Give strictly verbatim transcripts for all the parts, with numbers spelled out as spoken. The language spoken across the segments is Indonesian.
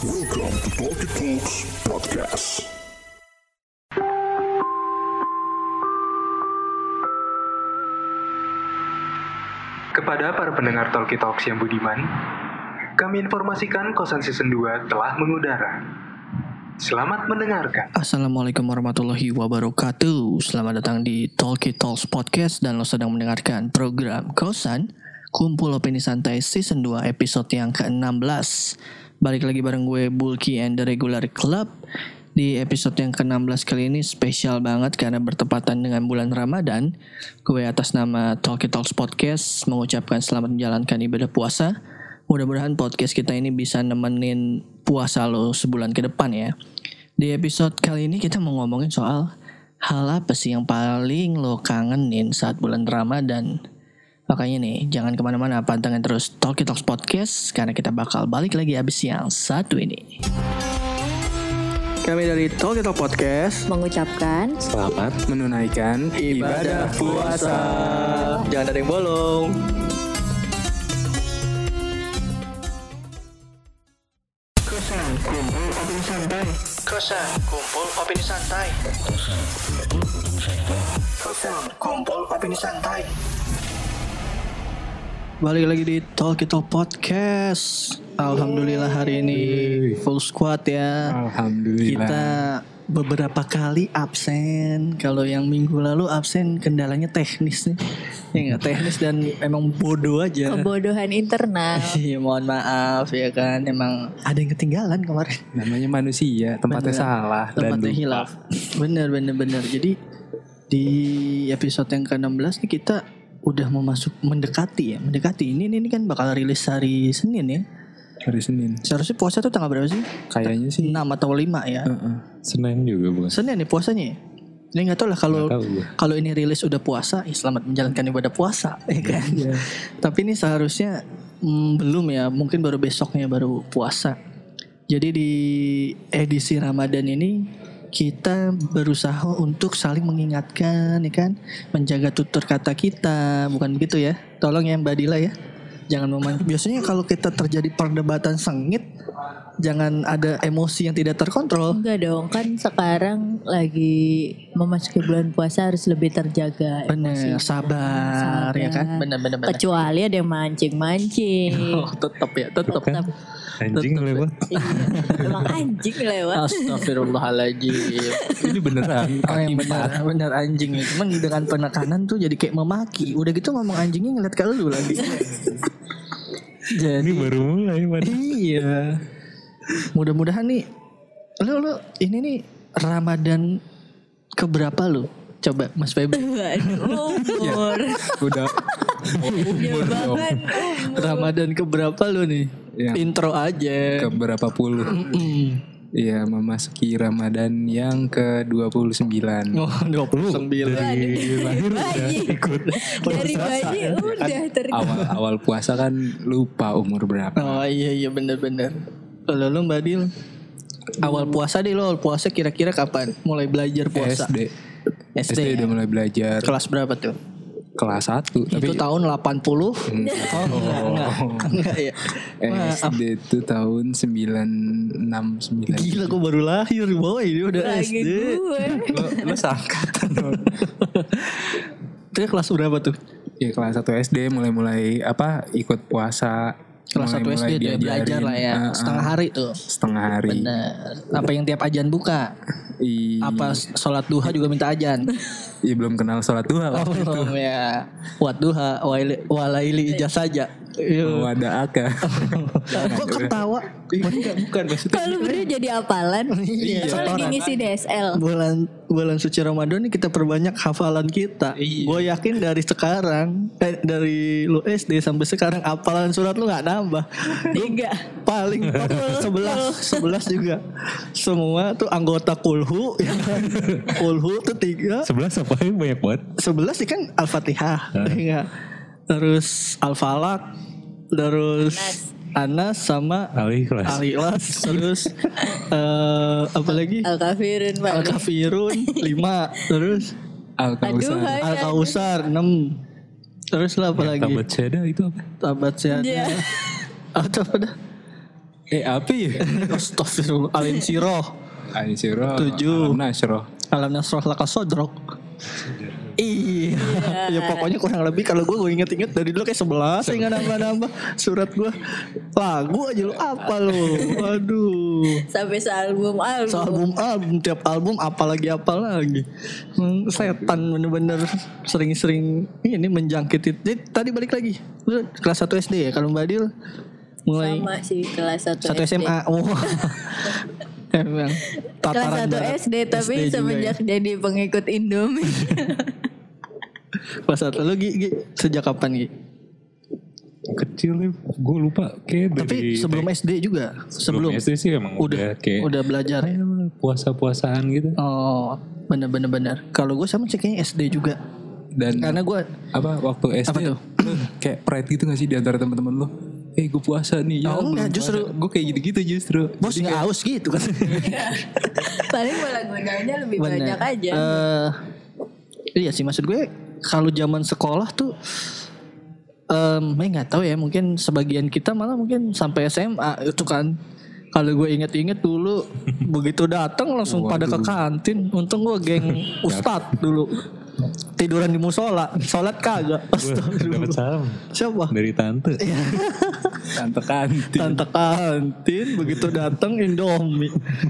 Welcome to Talkie Talks Podcast. Kepada para pendengar Talkie Talks yang budiman, kami informasikan Kosan Season dua telah mengudara. Selamat mendengarkan. Assalamualaikum warahmatullahi wabarakatuh. Selamat datang di Talkie Talks Podcast dan lo sedang mendengarkan program Kosan Kumpul Opini Santai Season dua episode yang ke-enam belas. Balik lagi bareng gue Bulky and the Regular Club. Di episode yang ke-enam belas kali ini spesial banget karena bertepatan dengan bulan Ramadan. Gue atas nama Talkie Talks Podcast mengucapkan selamat menjalankan ibadah puasa. Mudah-mudahan podcast kita ini bisa nemenin puasa lo sebulan ke depan ya. Di episode kali ini kita mau ngomongin soal hal apa sih yang paling lo kangenin saat bulan Ramadan. Makanya nih jangan kemana-mana, pantengin terus Talkie Talks Podcast karena kita bakal balik lagi abis yang satu ini. Kami dari Talkie Talk Podcast mengucapkan Selamat menunaikan ibadah puasa. Jangan ada yang bolong. Kosan kumpul opini santai. Kosan kumpul opini santai. Kosan kumpul opini santai. Balik lagi di Talkie Talk Podcast. Alhamdulillah hari ini full squad ya. Alhamdulillah. Kita beberapa kali absen. Kalau yang minggu lalu absen kendalanya teknis nih. Ya enggak, teknis dan emang bodoh aja. kebodohan internal. Iya, mohon maaf ya kan. Emang ada yang ketinggalan kemarin. Namanya manusia, tempatnya Bener. salah Tempatnya dan hilaf. Bener bener bener. Jadi di episode yang ke-enam belas nih kita udah mau masuk mendekati ya. Mendekati ini ini kan bakal rilis hari Senin ya. Hari Senin. Seharusnya puasa tuh tanggal berapa sih? Kayaknya sih enam atau lima ya. uh-uh. Senin juga bukan? Senin nih puasanya ya. Ini gak tahu lah kalau Nggak tahu gue. kalau ini rilis udah puasa, ya selamat menjalankan ibadah puasa, ya kan? Iya. Tapi ini seharusnya mm, belum ya, mungkin baru besoknya baru puasa. Jadi di edisi Ramadan ini kita berusaha untuk saling mengingatkan, ya kan? Menjaga tutur kata kita, bukan begitu ya? Tolong ya Mbak Dila ya. Jangan meman- biasanya kalau kita terjadi perdebatan sengit, jangan ada emosi yang tidak terkontrol. Enggak dong, kan sekarang lagi memasuki bulan puasa harus lebih terjaga Bener, emosi. sabar, ya kan? Bener, bener, bener. Kecuali ada yang mancing-mancing. Oh, tetap ya, tetap. Tetap. Anjing Tetep. lewat. Iya, emang anjing lewat. Astagfirullahaladzim. Ini beneran. Oh, yang benar, benar anjing ya. Cuman dengan penekanan tuh jadi kayak memaki. Udah gitu ngomong anjingnya ngeliat ke lu lagi. Jadi Ini baru mulai, man. iya. Mudah-mudahan nih lu lu ini nih Ramadan keberapa lu? Coba Mas Feby. Waduh, umur. Udah Jawaban Ramadan keberapa lu nih? Ya. Intro aja. ke berapa puluh? Mm. Iya, memasuki Ramadan yang ke dua puluh sembilan. Oh, dua puluh sembilan. Dari lahir udah ikut. dari bayi udah terima. Awal awal puasa kan lupa umur berapa. Oh iya iya benar-benar. Kalau lu Mbak Dil, awal puasa deh lo, awal puasa kira-kira kapan? Mulai belajar puasa? S D. S D, S D ya? udah mulai belajar. Kelas berapa tuh? Kelas satu. Itu Tapi tahun delapan puluh? Oh enggak, enggak, enggak ya. S Maaf. D itu tahun sembilan enam sembilan. Gila gue baru lahir boy, ini udah S Lagi D. gue. Lo, lo seangkatan dong. Itu kelas berapa tuh? Ya kelas satu S D mulai-mulai apa ikut puasa. Kelas satu S D Mulai-mulai tuh ya, belajar diajarin. lah ya. Ah, ah. Setengah hari tuh. Setengah hari. Bener. Apa yang tiap ajan buka? I, Apa sholat duha juga minta ajan? Iya belum kenal sholat duha Oh waktu itu. belum ya. Buat duha, waili- walaili ijaz saja. Mau ada aka. Kok ketawa? Bukan, bukan maksudnya. Kalau berdua jadi apalan? Iya, Gue lagi setoran. ngisi D S L. Bulan bulan suci Ramadan ini kita perbanyak hafalan kita. Iya. Gue yakin dari sekarang, eh, dari lu S D sampai sekarang hafalan surat lu nggak nambah. Tiga. Paling top sebelas, sebelas juga. Semua tuh anggota kulhu, ya kan? Kulhu tuh tiga. Sebelas apa ya, banyak banget. Sebelas sih kan Al-Fatihah, ya. Terus Al-Falaq, terus Anas sama Ali kelas. Al-Ikhlas, terus eh, apa lagi? Al-Kafirun Pak. Al-Kafirun lima, terus Al-Kausar. Aduh, hai. Al-Kausar enam. Terus lah apa lagi? Tabat seda itu apa? Tabat sehat. Iya. Atau apa dah? Eh apa ya? Astagfirullah. Alin Siroh. Ain Siro. Tujuh. Alam Nasroh. Alam Nasroh Laka Sodrok. Iya. Ya pokoknya kurang lebih kalau gue gue inget-inget dari dulu kayak sebelas ya nggak nambah-nambah surat gue. Lagu aja lu apa lu? Aduh. Sampai sealbum album. Album album tiap album apalagi apalagi. Hmm, setan bener-bener sering-sering ini menjangkiti. Jadi, tadi balik lagi. Lu kelas satu S D ya kalau Mbak Dil mulai Sama sih kelas satu satu S M A. Oh. Emang Kelas satu barat. S D tapi S D juga semenjak ya. jadi pengikut Indomie. Kelas satu lu Gi, Gi, sejak kapan Gi? Kecil ya, gue lupa kayak Tapi dari sebelum S D juga. sebelum Sebelum S D sih emang udah udah, kayak udah belajar. ya, puasa-puasaan gitu. Oh, bener-bener bener. Kalau gue sama sih kayaknya S D juga. Dan Karena gue apa waktu S D Apa tuh? lu kayak pride gitu gak sih di antara teman-teman lo? Eh gue puasa nih. Oh, enggak, justru- gue kayak gitu-gitu justru. bos nggak aus gitu kan. Paling malah gunanya lebih Bener. banyak aja. Eh, iya sih maksud gue kalau zaman sekolah tuh em nggak tahu ya mungkin sebagian kita malah mungkin sampai S M A itu kan. Kalau gue inget-inget dulu begitu datang langsung pada ke kantin. Untung gue geng ustad dulu. Tiduran di musola, sholat kagak. Gue dapat salam Siapa? dari tante. Tante kantin. Tante kantin begitu datang Indomie.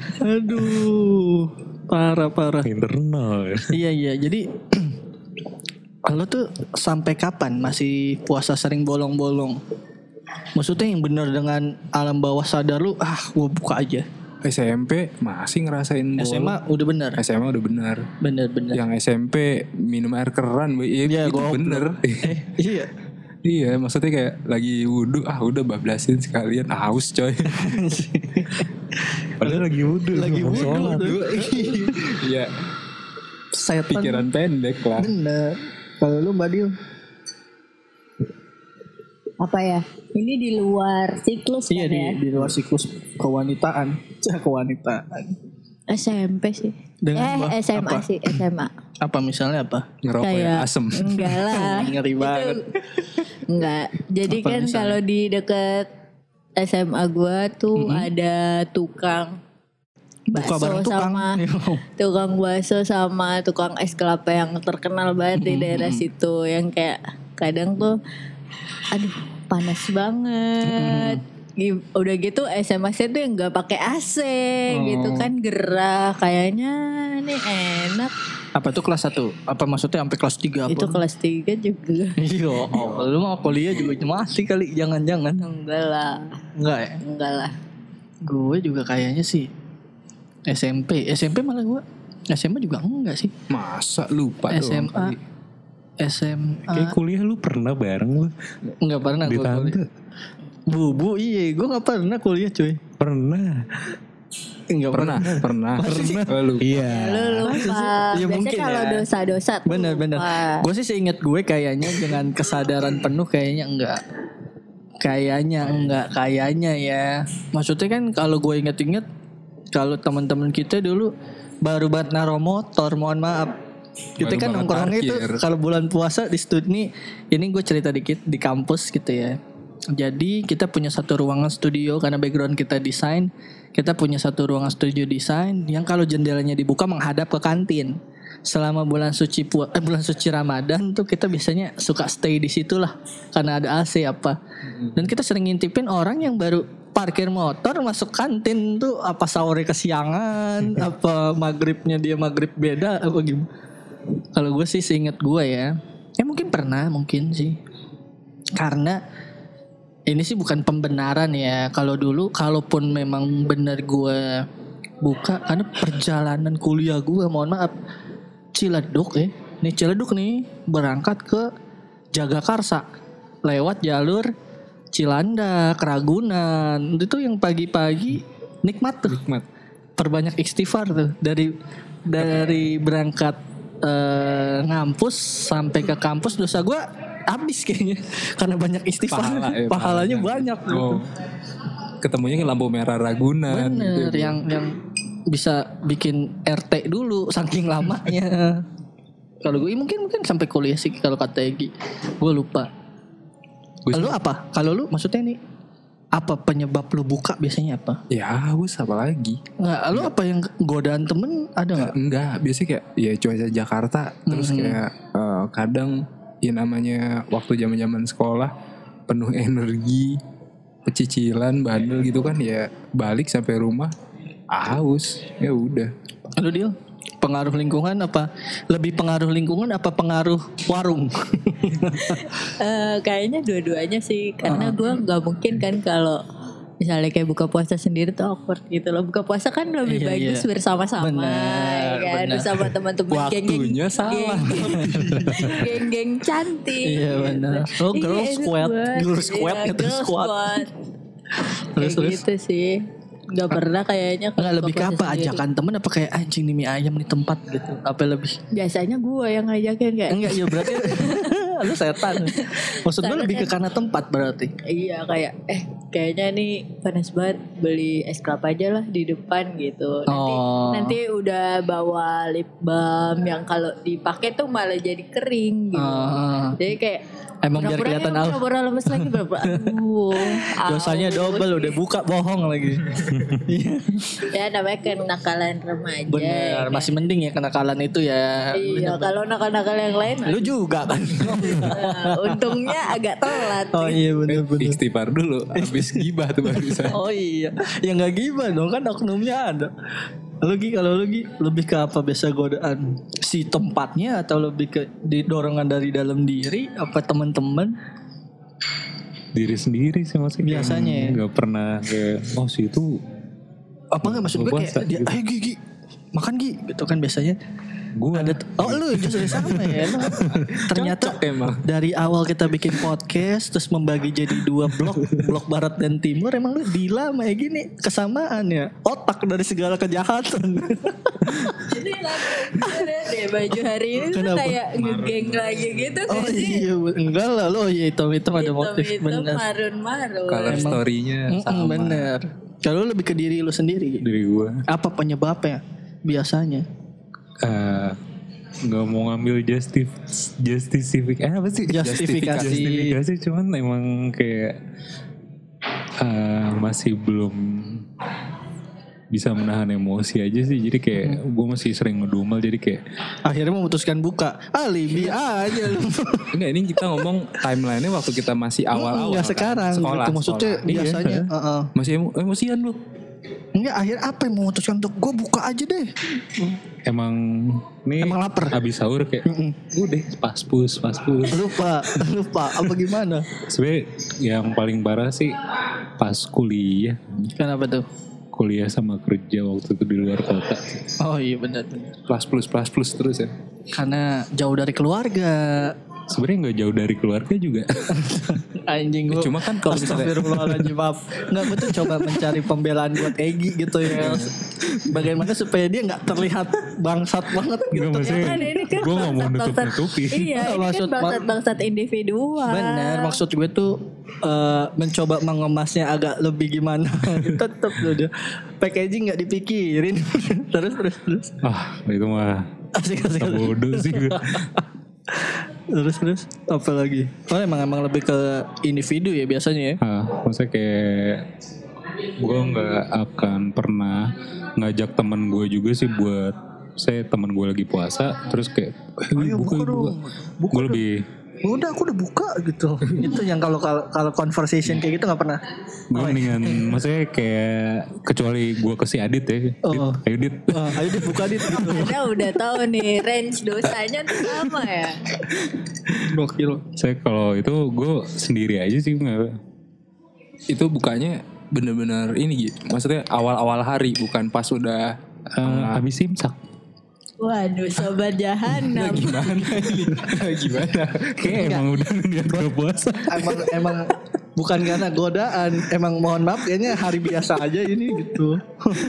Aduh, parah parah. Internal ya. Iya iya, jadi lo tuh sampai kapan masih puasa sering bolong-bolong? Maksudnya yang benar dengan alam bawah sadar lu, ah gue buka aja. S M P masih ngerasain bola. S M A udah benar. S M A udah benar. Bener-bener. Yang S M P minum air keran, ya, Iya, itu goblok. bener. Eh, iya. Iya, maksudnya kayak lagi wudhu, ah udah bablasin sekalian, haus coy. Padahal lagi wudhu. Lagi mau wudhu sholat. tuh. Iya, Setan. pikiran pendek lah. Bener. Kalau lu Mbak Dil? Apa ya? Ini di luar siklus Iya kan di, ya? di luar siklus kewanitaan. Cah kewanitaan. S M P sih. Dengan eh apa? S M A Apa? sih, S M A. Apa misalnya apa? Ngerokok Kayak yang asem. enggak lah. Ngeri banget. Enggak. Jadi Apa kan misalnya? kalau di deket S M A gua tuh ada tukang Buka bareng bakso tukang. sama tukang bakso sama tukang es kelapa yang terkenal banget di daerah situ yang kayak kadang tuh aduh panas banget. Gi- Udah gitu S M A saya tuh yang nggak pakai A C gitu kan gerah kayaknya nih enak. Apa tuh kelas satu? Apa maksudnya sampai kelas tiga apa? Itu kelas tiga juga. Iya, oh, lu mau kuliah juga mati kali, jangan-jangan. Enggak lah, Enggak ya? enggak lah. Gue juga kayaknya sih S M P. S M P malah gue S M A juga enggak sih. Masa lupa S M doang A kali. S M A Kayak kuliah lu pernah bareng lu enggak pernah di gue kuliah. tante. Bubu iya, gue enggak pernah kuliah cuy. Pernah. Enggak Pernah, pernah. Pernah. Oh, lupa. Iya. Lu lupa. Ya, Biasanya mungkin kalau ya. dosa-dosa tuh Bener-bener. lupa. Gue sih seingat gue kayaknya dengan kesadaran penuh kayaknya enggak. Kayaknya enggak, kayaknya ya. Maksudnya kan kalau gue inget-inget kalau teman-teman kita dulu baru banget naruh motor, mohon maaf. Kita Baru kan banget nongkrongnya itu parkir. kalau bulan puasa di studi ini gue cerita dikit di kampus gitu ya. Jadi kita punya satu ruangan studio karena background kita desain. Kita punya satu ruangan studio desain yang kalau jendelanya dibuka menghadap ke kantin. Selama bulan suci pu- eh, bulan suci Ramadan tuh kita biasanya suka stay di situ lah karena ada A C apa. Dan kita sering ngintipin orang yang baru parkir motor masuk kantin tuh apa sahurnya kesiangan, apa maghribnya dia maghrib beda apa gimana. Kalau gue sih seinget gue ya, ya mungkin pernah mungkin sih. Karena ini sih bukan pembenaran ya. Kalau dulu kalaupun memang benar gue buka karena perjalanan kuliah gue mohon maaf Ciledug ya. Nih Ciledug nih berangkat ke Jagakarsa lewat jalur Cilandak, Ragunan. Itu yang pagi-pagi nikmat tuh. Nikmat. Perbanyak istighfar tuh dari dari berangkat eh, ngampus sampai ke kampus dosa gue habis kayaknya karena banyak istighfar. Pahala, ya, Pahalanya pahalanya. banyak gitu. Oh. Ketemunya lampu merah Ragunan. Bener gitu. yang yang bisa bikin R T dulu saking lamanya. Kalau gue mungkin mungkin sampai kuliah sih kalau kata Egi. Gue lupa. Gue Lu apa? Kalau lu maksudnya nih apa penyebab lu buka biasanya apa? Ya haus apa lagi? Nggak, lu apa yang godaan temen ada nggak? Enggak, biasanya kayak ya cuaca Jakarta. Terus Mhm. kayak eh, kadang ya namanya waktu zaman-zaman sekolah penuh energi, pecicilan, bandel gitu kan, ya balik sampai rumah haus. Ya udah. Lu Dil? Pengaruh lingkungan apa? Lebih pengaruh lingkungan apa pengaruh warung? Eh, kayaknya dua-duanya sih, karena gue nggak mungkin kan kalau misalnya kayak buka puasa sendiri tuh awkward gitu loh. Buka puasa kan lebih Iya, bagus iya. bersama-sama, Benar, ya kan, benar. bersama teman-teman geng-geng, Waktunya salah. geng-geng, geng-geng cantik. Iya, benar. Oh, Iya, girl enak squad. banget. Girl squad Iya, gitu, girl squad. squad. Terus, Kayak terus. gitu sih. Gak pernah kayaknya kalau Nggak, lebih ke buka apa? puasa sendiri. Ajakan temen apa kayak anjing nih mie ayam di tempat gitu? Apa lebih? Biasanya gue yang ngajakin kayak Enggak, ya berarti lu setan. Maksud gue Karena lebih ke kan- karena tempat berarti. iya kayak eh kayaknya nih panas banget, beli es kelapa aja lah di depan gitu. Nanti Oh. nanti udah bawa lip balm yang kalau dipakai tuh malah jadi kering gitu. Ah. Jadi kayak Emang biar pura-pura kelihatan ya, aus. pura-pura lemes lagi berapa. Aduh. Dosanya aus. double, udah buka bohong lagi. Iya. Ya namanya kenakalan remaja. Bener, ya kan? masih mending ya kenakalan itu ya. Iya, kalau nakal-nakal yang lain Lu juga kan. eh, untungnya agak telat. Oh iya bener-bener. Istighfar dulu, habis gibah tuh barusan. Oh iya, ya nggak gibah dong kan oknumnya ada. Lu Gi, kalau lu Gi, lebih ke apa biasa godaan? Si tempatnya atau lebih ke di dorongan dari dalam diri apa teman-teman? Diri sendiri sih maksudnya. Biasanya ya. Gak pernah kayak oh si itu Apa nggak maksud gue Puasa kayak dia, gitu. ayo Gi, Gi, makan Gi, gitu kan biasanya. gue Ada t- oh lu justru sama ya. Lu ternyata Cocok emang. dari awal kita bikin podcast terus membagi jadi dua blok, blok barat dan timur, emang lu Dila kayak gini kesamaan ya. Otak dari segala kejahatan. Jadi langsung deh baju hari ini tuh Kenapa? kayak ngegeng lagi gitu Oh kan sih. iya, enggak lah lo, iya hitam-hitam ada motif Hitam-hitam, bener. marun-marun. Color Emang- story-nya Mm-mm, sama. bener. Kalau lebih ke diri lu sendiri, dari gue apa penyebabnya biasanya? eh, nggak mau ngambil justif justific eh apa sih Justifikasi. justifikasi cuman emang kayak eh, masih belum bisa menahan emosi aja sih, jadi kayak gue masih sering ngedumel, jadi kayak Akhirnya memutuskan buka alibi aja lu. Enggak, ini kita ngomong timeline-nya waktu kita masih awal-awal. Enggak kan? sekarang Sekolah, gitu. Maksudnya sekolah. biasanya Iya. heeh. Masih emo- emosian lu. Enggak, akhir apa yang memutuskan untuk gue buka aja deh. emang nih Emang lapar? abis sahur kayak udah paspus paspus. Lupa, lupa apa gimana? Sebenernya yang paling parah sih pas kuliah Kenapa tuh? kuliah sama kerja waktu itu di luar kota. Oh iya benar benar. Plus plus plus plus terus ya. Karena jauh dari keluarga. Sebenarnya nggak jauh dari keluarga juga. Anjing gue. Cuma kan kalau misalnya- Astagfirullahaladzim, maaf. Enggak, gue tuh coba mencari pembelaan buat Egi gitu ya. Bagaimana supaya dia gak terlihat bangsat banget gitu. Nggak, maksudnya Kan ini kan gue nggak mau bangsat-bangsat- nutup-nutupi. Iya, ini kan Maksud- bangsat-bangsat individual. Bener, maksud gue tuh eh, mencoba mengemasnya agak lebih gimana. Tetep loh dia. Packaging gak dipikirin. Terus, terus, terus. Ah itu mah Asik, asik, asik. bodoh sih gue. Terus, terus. Apa lagi? Oh emang, emang lebih ke individu ya biasanya ya. Ah, maksudnya kayak gue nggak akan pernah ngajak teman gue juga sih buat saya teman gue lagi puasa terus kayak eh, Ayo buka, buka buka. dong. Buka Gue dong. lebih Udah aku udah buka gitu. Itu yang kalau kalau kalau conversation kayak gitu nggak pernah. gue mendingan maksudnya kayak kecuali gue ke si Adit ya. Dit, Oh. ayo Dit. Ah, ayo dibuka dit gitu. Anda udah tahu nih range dosanya tuh sama ya. Gokil. Saya kalau itu gue sendiri aja sih nggak. itu bukanya bener-bener ini gitu. Maksudnya awal-awal hari bukan pas udah Eh, habis imsak. Waduh, sobat jahanam. gimana ini? Gimana? Kayak emang udah niat gue puasa. Emang emang bukan karena godaan, emang mohon maaf kayaknya hari biasa aja ini gitu.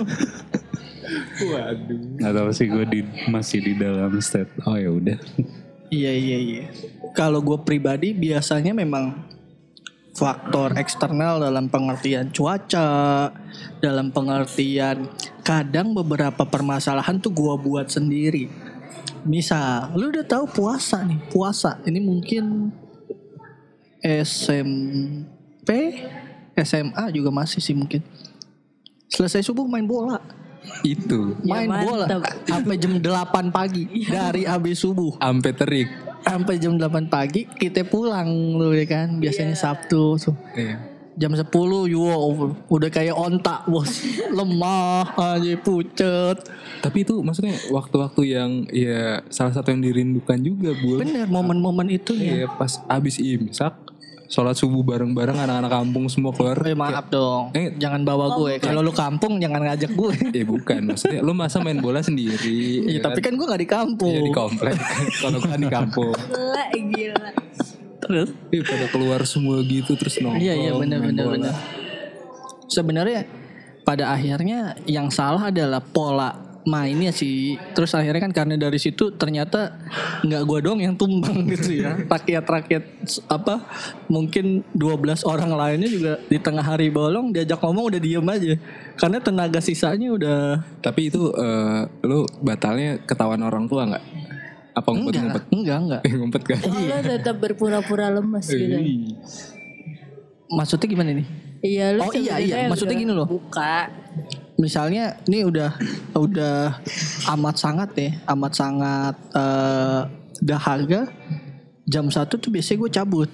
Waduh. Nggak tahu sih gue di, masih di dalam state. Oh ya udah. Iya iya iya. Kalau gue pribadi biasanya memang faktor eksternal dalam pengertian cuaca, dalam pengertian kadang beberapa permasalahan tuh gue buat sendiri. Misal, lu udah tahu puasa nih, puasa ini mungkin S M P S M A juga masih sih mungkin. Selesai subuh main bola. Itu Ya, Main bola mantap. sampai jam delapan pagi dari habis subuh. ampe terik. Sampai jam delapan pagi kita pulang tuh ya kan. Biasanya Sabtu tuh. Iya. Jam sepuluh wow, udah kayak onta bos. Lemah aja pucet. Tapi itu maksudnya waktu-waktu yang ya salah satu yang dirindukan juga, Bu. Bener momen-momen itu ya. Iya, pas abis imsak, sholat subuh bareng-bareng anak-anak kampung semua keluar. Eh maaf dong, Eh, jangan bawa gue. Kalau lu kampung jangan ngajak gue. Eh bukan, maksudnya lu masa main bola sendiri. Iya, ya tapi kan gue gak di kampung. Iya di komplek. Kalau kan di kampung. Gila, gila. Terus? Iya pada keluar semua gitu terus nongkrong. Iya iya benar main benar bola. benar. Sebenarnya pada akhirnya yang salah adalah pola mainnya sih. Terus akhirnya kan karena dari situ ternyata nggak gue dong yang tumbang gitu ya. Rakyat-rakyat apa mungkin dua belas orang lainnya juga di tengah hari bolong diajak ngomong udah diem aja. Karena tenaga sisanya udah Tapi itu eh, lu batalnya ketahuan orang tua nggak? Apa ngumpet-ngumpet? enggak enggak enggak. Eh ngumpet kan? Oh, lo tetap berpura-pura lemes gitu. Ih. Maksudnya gimana nih? Iya, lu Oh, iya, iya. sebenarnya Maksudnya udah gini loh. Buka. Misalnya ini udah udah amat sangat ya, amat sangat eh, dahaga. Jam satu tuh biasanya gue cabut.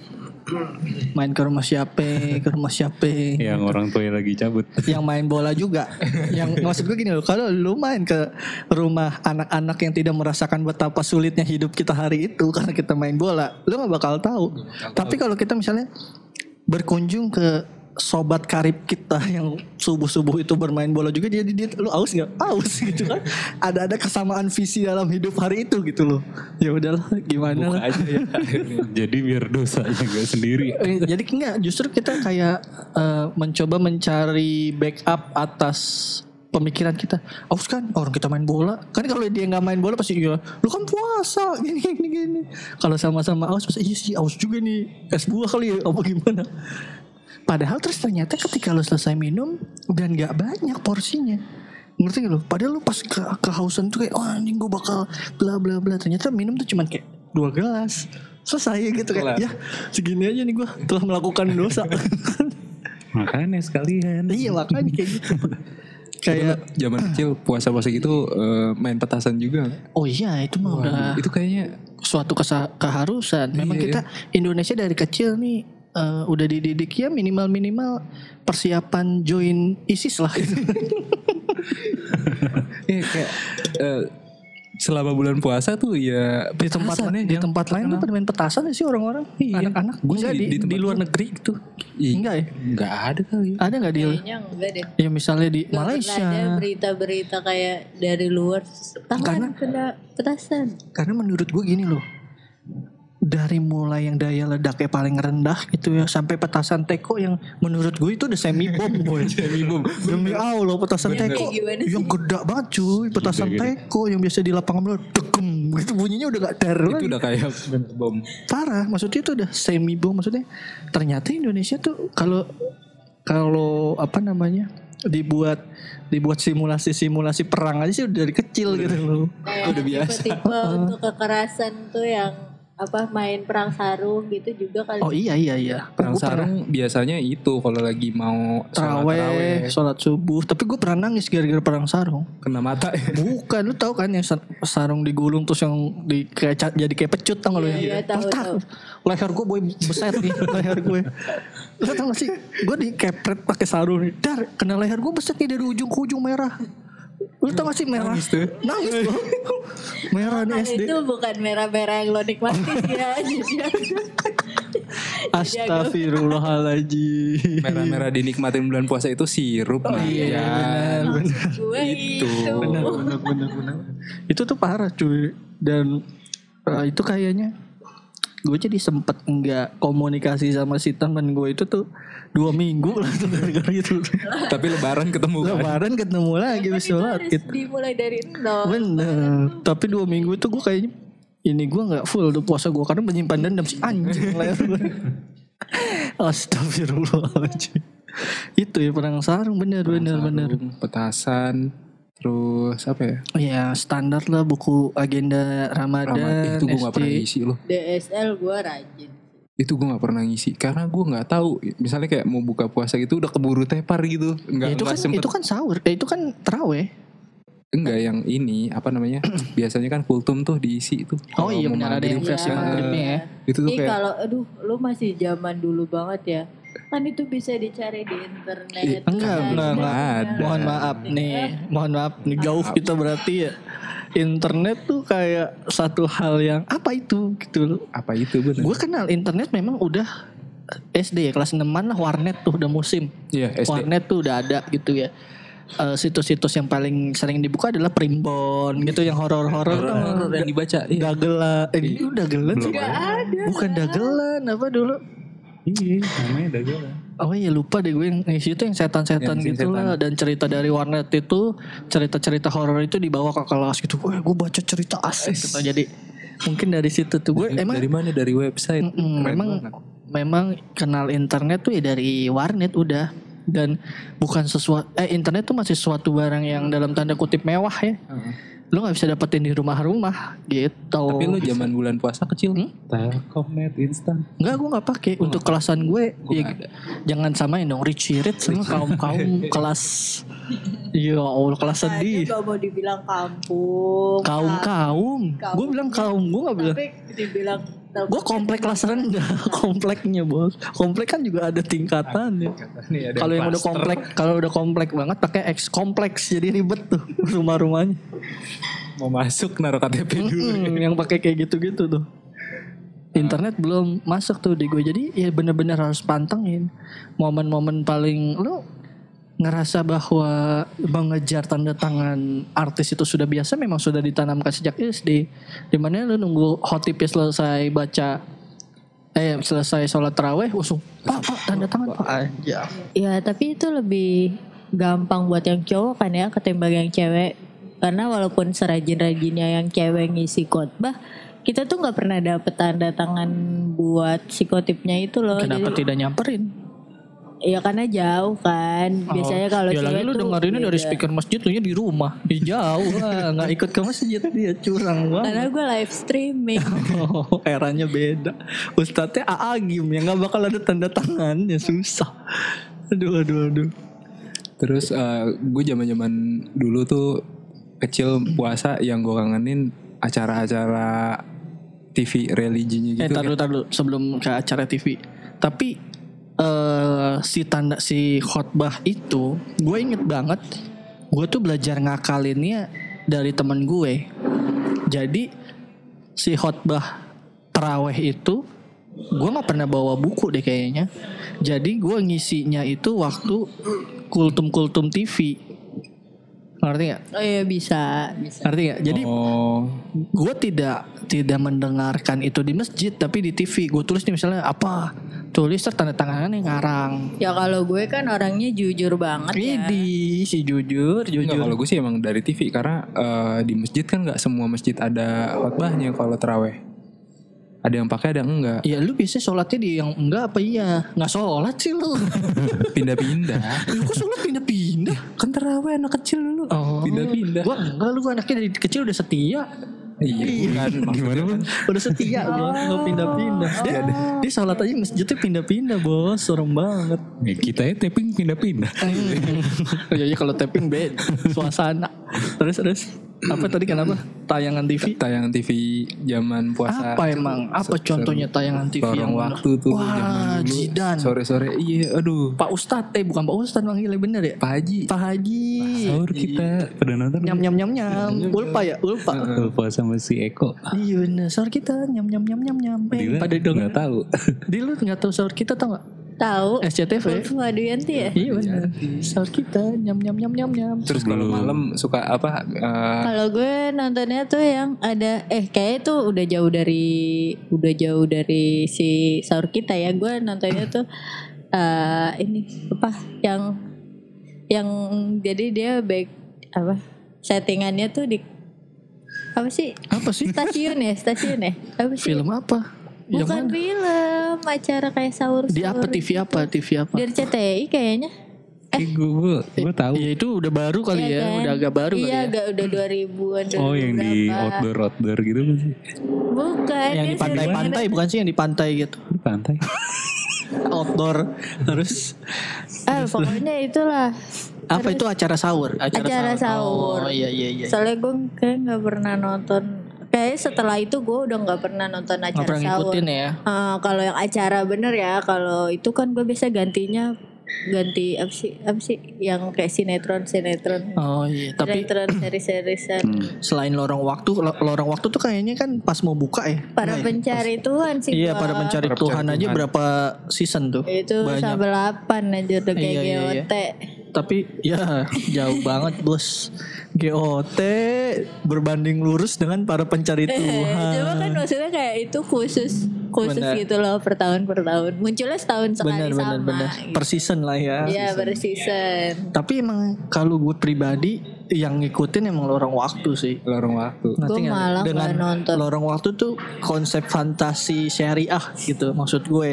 Main ke rumah siapa, ke rumah siapa. Yang orang tua lagi cabut. Yang main bola juga. Yang maksud gue gini loh, kalau lu main ke rumah anak-anak yang tidak merasakan betapa sulitnya hidup kita hari itu karena kita main bola, lu gak bakal tahu. Tapi kalau kita misalnya berkunjung ke sobat karib kita yang subuh-subuh itu bermain bola juga, jadi dia lu aus nggak? Aus gitu kan? Ada-ada kesamaan visi dalam hidup hari itu gitu loh. Ya udahlah, gimana Buka lah. aja ya. Jadi biar dosanya gak sendiri. Eh, Jadi enggak, justru kita kayak eh, mencoba mencari backup atas pemikiran kita. Aus kan orang kita main bola. Kan kalau dia nggak main bola pasti iya, lu kan puasa gini gini gini. Kalau sama-sama aus pasti iya sih aus juga nih. Es buah kali ya apa gimana. Padahal terus ternyata ketika lu selesai minum dan nggak banyak porsinya. Ngerti gak lu? Padahal lu pas ke kehausan tuh kayak oh anjing gue bakal bla bla bla. Ternyata minum tuh cuman kayak dua gelas. Selesai gitu kayak ya segini aja nih gue telah melakukan dosa. Makanya sekalian. Iya makanya kayak gitu. Kayak Zaman kecil puasa-puasa gitu eh, main petasan juga. oh iya itu mah udah Itu kayaknya suatu kesa- keharusan. Memang Iya, kita Indonesia dari kecil nih eh, udah dididik ya minimal-minimal persiapan join ISIS lah gitu. ya kayak eh, selama bulan puasa tuh ya Di tempat petasan ya di yang tempat lain tuh pada main petasan sih orang-orang. Anak-anak Gua enggak sih di, di di, tempat luar gua. negeri gitu. Ih, Enggak ya? nggak ada kali. Ada enggak di Kayaknya enggak deh. ya misalnya di Gak pernah ada Malaysia. berita-berita kayak dari luar tangan Karena- kena petasan. Karena menurut gue gini loh. Dari mulai yang daya ledaknya paling rendah gitu ya sampai petasan teko yang menurut gue itu udah semi bom boy. Semi bom. Demi Allah petasan Bener. teko Kayak gimana sih? yang gede banget cuy. Petasan Gede-gede. teko yang biasa di lapangan bola degem gitu bunyinya udah gak dar Itu lagi. udah kayak bom. Parah, maksudnya itu udah semi bom maksudnya. Ternyata Indonesia tuh kalau kalau apa namanya? dibuat dibuat simulasi-simulasi perang aja sih udah dari kecil gitu loh. Kayak Udah biasa. tipe-tipe untuk kekerasan tuh yang apa main perang sarung gitu juga kali. Oh iya iya iya. Perang Gua pernah sarung biasanya itu kalau lagi mau sholat Terawih, taraweh sholat subuh. Tapi gue pernah nangis gara-gara perang sarung. kena mata. Bukan, lu tahu kan yang sa- sarung digulung terus yang di kayak ca- jadi kayak pecut tau gak lu Iya, yang iya, tahu, letak. tahu. Leher gue boy besar nih leher gue. Lu tau gak sih? Gue dikepret pakai sarung nih. Dar, kena leher gue besar nih dari ujung ke ujung merah. Lu tau gak sih merah? Nangis tuh. Nangis loh. Merah nih Kan S D. itu bukan merah-merah yang lo nikmatin ya. Astagfirullahaladzim. Merah-merah dinikmatin bulan puasa itu sirup. Oh, iya, benar, benar. Gue Itu. itu. Benar, benar, benar, benar. Itu tuh parah cuy. Dan uh, itu kayaknya gue jadi sempet nggak komunikasi sama si temen gue itu tuh dua minggu lah tuh gara-gara gitu. Tapi lebaran ketemu kan. Lebaran ketemu lagi Kan bisa itu sholat harus gitu. dimulai dari nol. Bener. Tapi dua minggu itu gue kayaknya ini gue nggak full tuh puasa gue karena menyimpan dendam si anjing leher gue. Astagfirullahaladzim. Itu ya perang sarung bener bener bener. Sarung, petasan, terus apa ya? Ya standar lah buku agenda Ramadan. Ramadhan itu gue gak S D. pernah isi loh. D S L gue rajin. Itu gue nggak pernah ngisi karena gue nggak tahu. Misalnya kayak mau buka puasa gitu udah keburu tepar gitu. Nggak, Ya, itu nggak kan sempet. itu kan sahur, eh, itu kan taraweh. Enggak, yang ini apa namanya? Biasanya kan kultum tuh diisi tuh. Oh Kalau iya mau benar ada yang maghrib. versi Iya. maghribnya ya. Itu tuh Ih kayak kalau aduh lu masih zaman dulu banget ya. Kan itu bisa dicari di internet. Enggak, Kan enggak, enggak. ada. Mohon maaf nih, mohon maaf nih jauh kita berarti ya. Internet tuh kayak satu hal yang apa itu gitu. apa itu bener? Gue kenal internet memang udah S D ya kelas enaman lah, warnet tuh udah musim. Iya, S D. Warnet tuh udah ada gitu ya. Eh, situs-situs yang paling sering dibuka adalah Primbon gitu yang horor-horor tuh. Horor yang dibaca. Iya. Dagelan, eh, itu dagelan sih. Bukan dagelan apa dulu? Iya, namanya dagelan. Oh iya lupa deh gue yang ngisi itu yang setan-setan Yang gitu lah. Dan cerita dari warnet itu, cerita-cerita horor itu dibawa ke kelas gitu. Wah gue baca cerita asik gitu. Jadi mungkin dari situ tuh gue emang Dari mana? Dari website. Mm-mm, Keren memang banget. memang kenal internet tuh ya dari warnet udah. Dan bukan sesuatu eh internet tuh masih suatu barang yang dalam tanda kutip mewah ya. Lu gak bisa dapetin di rumah-rumah gitu. Tapi lu zaman bulan puasa kecil Hmm? Telkomnet instan. Enggak, gue gak pakai. Untuk kelasan gue ya, jangan samain dong Richie Rich sama kaum-kaum kelas. Ya Allah, kelas Aja sedih. gak mau dibilang kampung. Kaum-kaum. Gue bilang kaum, gue gak bilang. Tapi dibilang Gue komplek kelas rendah. Kompleknya bos. Komplek kan juga ada tingkatan ya. nih ada Kalau yang udah cluster. komplek, kalau udah komplek banget pakai X kompleks jadi ribet tuh rumah-rumahnya. mau masuk naruh K T P dulu. Mm-mm, yang pakai kayak gitu-gitu tuh. Internet belum masuk tuh di gue. Jadi ya bener-bener harus pantengin. Momen-momen paling lu ngerasa bahwa mengejar tanda tangan artis itu sudah biasa, memang sudah ditanamkan sejak S D. Dimana lu nunggu khotibnya selesai baca eh selesai sholat taraweh langsung pak pak tanda tangan pak aja. Ya tapi itu lebih gampang buat yang cowok kan ya ketimbang yang cewek. Karena walaupun serajin-rajinnya yang cewek ngisi khotbah, kita tuh nggak pernah dapet tanda tangan buat si khotibnya itu loh. Kenapa Jadi, tidak nyamperin? ya karena jauh kan. Biasanya kalau ya cewek lagi lu tuh dengerinnya dari beda. speaker masjid, lu nya di rumah, di jauh lah, nggak ikut ke masjid dia curang Karena banget. gue live streaming. Oh, eranya beda. Ustadznya A A Gim yang nggak bakal ada tanda tangannya, susah. Aduh aduh aduh. Terus gue zaman-zaman dulu tuh kecil puasa yang gue kangenin acara-acara T V religinya gitu. Eh tar dulu tar dulu sebelum ke acara T V. Tapi eh si tanda si khotbah itu gue inget banget. Gue tuh belajar ngakalinnya dari temen gue. Jadi si khotbah taraweh itu gue nggak pernah bawa buku deh kayaknya. Jadi gue ngisinya itu waktu kultum-kultum T V. Ngerti gak? Oh iya bisa, bisa. Ngerti gak? Jadi Oh, gue tidak tidak mendengarkan itu di masjid, tapi di T V gue tulis nih misalnya apa, tulis tanda tangannya ngarang. Ya kalau gue kan orangnya jujur banget ya. Idi si jujur enggak, jujur. kalau gue sih emang dari T V karena eh, di masjid kan nggak semua masjid ada khotbahnya kalau taraweh. Ada yang pakai, ada yang enggak. Ya lu biasanya sholatnya di yang enggak apa iya? Nggak sholat sih lu. Pindah-pindah. Lu kok sholat pindah-pindah? Kan taraweh anak kecil dulu. Oh, Pindah-pindah. Gua enggak, lu gua anaknya dari kecil udah setia. Iya, bukan. Gimana bang? Udah setia gua, nggak pindah-pindah. Dia, dia sholat aja masjidnya pindah-pindah bos, serem banget. Ya, kita ya taping pindah-pindah. Oh iya, iya kalau tapping beda suasana. Terus terus apa tadi kenapa? Tayangan T V? Tayangan T V zaman puasa. Apa emang? Apa Se- contohnya tayangan T V Lorong yang bener? waktu tuh Wah, zaman dulu. Jidan. Sore-sore, iya, aduh. Pak Ustadz, eh bukan Pak Ustadz manggilnya bener ya? Pak Haji. Pak Haji. Sahur kita pada nonton. Nyam nyam nyam nyam. Ulpa ya, ulpa. Lupa sama si Eko. Iya bener, sahur kita nyam nyam nyam nyam nyam. Eh, Dila pada dong. nggak tahu. Di lu nggak tahu sahur kita tau nggak? Tahu. S C T V. Ulfa Duyanti ya. Iya bener. Sahur kita nyam nyam nyam nyam nyam. Terus kalau malam suka apa? eh, Kalau gue nontonnya tuh yang ada eh kayak itu udah jauh dari udah jauh dari si sahur kita ya. Gue nontonnya tuh eh ini apa yang yang jadi dia back apa settingannya tuh di apa sih Apa sih? stasiun ya stasiun ya apa sih Film apa? Yang bukan mana? film acara kayak sahur Di apa T V apa? T V apa? di R C T I kayaknya Kayak gue gue gue tahu. Iya itu udah baru kali Iya ya, kan? udah agak baru Iya kali ya. agak udah dua ribuan. Oh yang di outdoor outdoor gitu kan sih? Bukan. Yang dia di pantai-pantai bukan sih yang di pantai gitu. Di pantai. Outdoor terus sering- Ah pokoknya itulah. apa itu acara sahur? Acara sahur. Oh iya iya iya. Soalnya gue kayak nggak pernah nonton. Kayaknya setelah itu gue udah nggak pernah nonton Nggak acara pernah sahur. ngikutin ya. Ah, kalau yang acara bener ya, kalau itu kan gue biasa gantinya ganti apa sih apa sih yang kayak sinetron sinetron. Oh iya, tapi Sinetron seri-serisan. selain lorong waktu, lo- lorong waktu tuh kayaknya kan pas mau buka ya. Para pencari Tuhan sih. Iya, gua. pada mencari Para Tuhan pencari aja Tuhan. berapa season tuh? Itu Banyak. sampai delapan aja udah kayak Iya, iya, G O T. Tapi ya jauh banget bos. G O T berbanding lurus dengan para pencari Tuhan. Cuma kan maksudnya kayak itu khusus khusus Benar. gitu loh per tahun per tahun. Munculnya setahun sekali Benar benar sama. benar. gitu. Per season lah ya. Iya per season. Tapi emang kalau gue pribadi yang ngikutin emang lorong waktu sih. Lorong waktu. Ngerti Gue nggak? malah Dengan nggak nonton. lorong waktu tuh konsep fantasi syariah gitu maksud gue.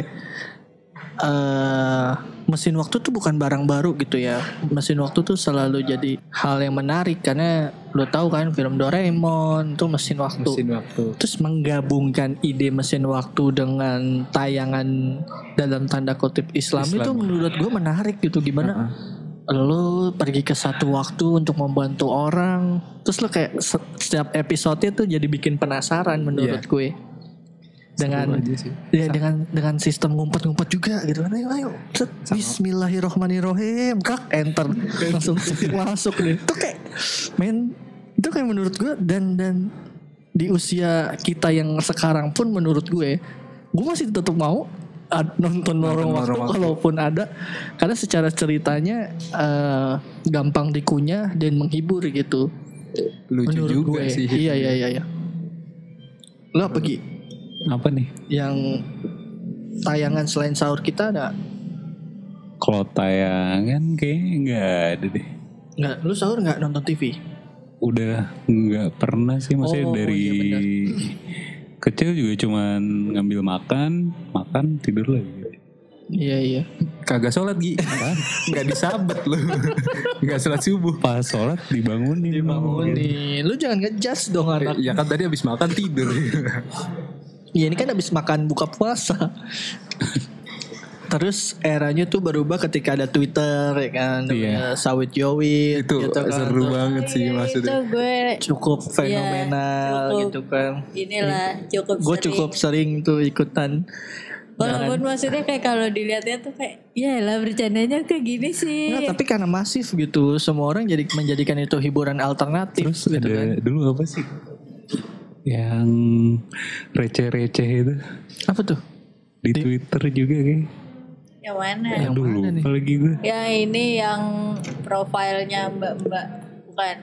eh mesin waktu tuh bukan barang baru gitu ya. Mesin waktu tuh selalu jadi hal yang menarik karena lo tahu kan film Doraemon tuh mesin waktu. Mesin waktu. Terus menggabungkan ide mesin waktu dengan tayangan dalam tanda kutip Islam, Islam. itu menurut gue menarik gitu. Gimana lo pergi ke satu waktu untuk membantu orang, terus lo kayak se- setiap episode tuh jadi bikin penasaran menurut Iya. gue. Dengan Seru aja sih. ya, dengan dengan sistem ngumpet-ngumpet juga gitu kan. Ayo ayo. Set, Bismillahirrohmanirrohim. Kak enter langsung masuk deh. Itu kayak men itu kayak menurut gue dan dan di usia kita yang sekarang pun menurut gue gue masih tetap mau ad- nonton lorong waktu Lorong Waktu. kalaupun ada karena secara ceritanya eh, gampang dikunyah dan menghibur gitu. Lucu Menurut juga gue. sih. Iya iya iya iya. Lo apa Gi? Apa nih? Yang tayangan selain sahur kita ada Kalau tayangan kayaknya nggak ada deh. nggak? Lu sahur nggak nonton T V? Udah nggak pernah sih, maksudnya Oh, dari iya kecil juga cuman ngambil makan, makan tidur lagi. Iya iya. Kagak sholat Gi. Nggak disabet lu. Nggak sholat subuh. Pas sholat dibangunin. Dibangunin. Lu jangan ngejudge dong anak. Ya kan tadi habis makan tidur. Iya ini kan habis makan buka puasa. Terus eranya tuh berubah ketika ada Twitter ya kan, namanya Sawit Yowit Itu gitu kan. seru Tuh banget sih Iya, itu maksudnya. gue cukup fenomenal cukup. gitu kan. inilah cukup Gue sering. cukup sering tuh ikutan. Walaupun maksudnya kayak kalau dilihatnya tuh kayak ya lah bercandanya kayak gini sih. Nah, tapi karena masif gitu, semua orang jadi menjadikan itu hiburan alternatif Terus gitu ada kan. dulu apa sih? Yang receh-receh itu Apa tuh? di, Twitter juga kayak. Yang mana? Yang Aduh, mana nih? apalagi gue. Yang ini yang profilnya mbak-mbak bukan.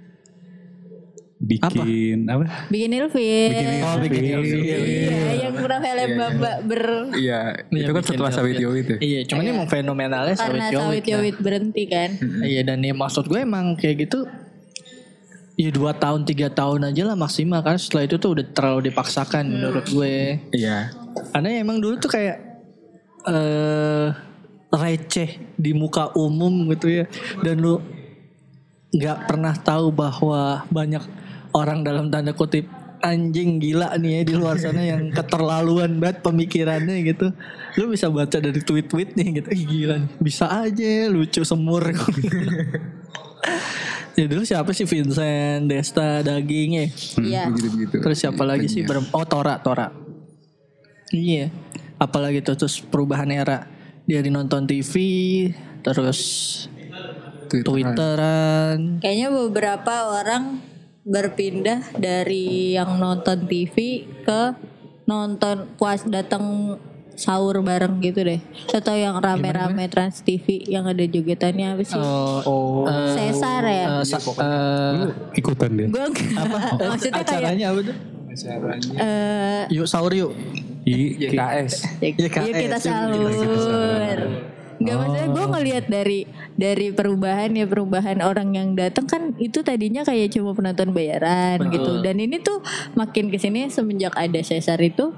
Bikin apa? Bikin ilfil. Bikin Oh, bikin ilfil. Iya, yang profilnya mbak-mbak ber Iya, Iya, itu kan bikin setelah Sawit selfie. Yowit ya. Iya, cuman emang fenomenalnya Sawit karena Yowit. sawit lah. yowit berhenti kan. Iya, dan ya maksud gue emang kayak gitu. Ya dua tahun tiga tahun aja lah maksimal kan. Setelah itu tuh udah terlalu dipaksakan menurut gue. Iya. Karena emang dulu tuh kayak eh receh di muka umum gitu ya. Dan lu nggak pernah tahu bahwa banyak orang dalam tanda kutip anjing gila nih ya di luar sana yang keterlaluan banget pemikirannya gitu. Lu bisa baca dari tweet-tweetnya gitu. Ih gila nih, bisa aja lucu semur. Ya dulu siapa sih Vincent, Desta, Daging ya. Iya. Begitu-begitu. Terus siapa lagi sih? Ber- oh Tora, Tora. Iya. Apalagi tuh terus perubahan era. Dia nonton T V, terus Twitteran. Twitteran. Kayaknya beberapa orang berpindah dari yang nonton T V ke nonton puas datang sahur bareng gitu deh. Atau yang rame-rame Trans T V yang ada jogetannya apa sih? Oh, eh, Sesar ya? eh, sa- eh, Ikutan deh. Gue apa? Maksudnya kayak acaranya apa tuh? Acaranya eh Yuk sahur yuk. I, Y K S. ya, Y K S, yuk kita yuk sahur. Enggak maksudnya gue ngelihat dari dari perubahan ya perubahan orang yang datang kan itu tadinya kayak cuma penonton bayaran gitu. Dan ini tuh makin kesini semenjak ada Sesar itu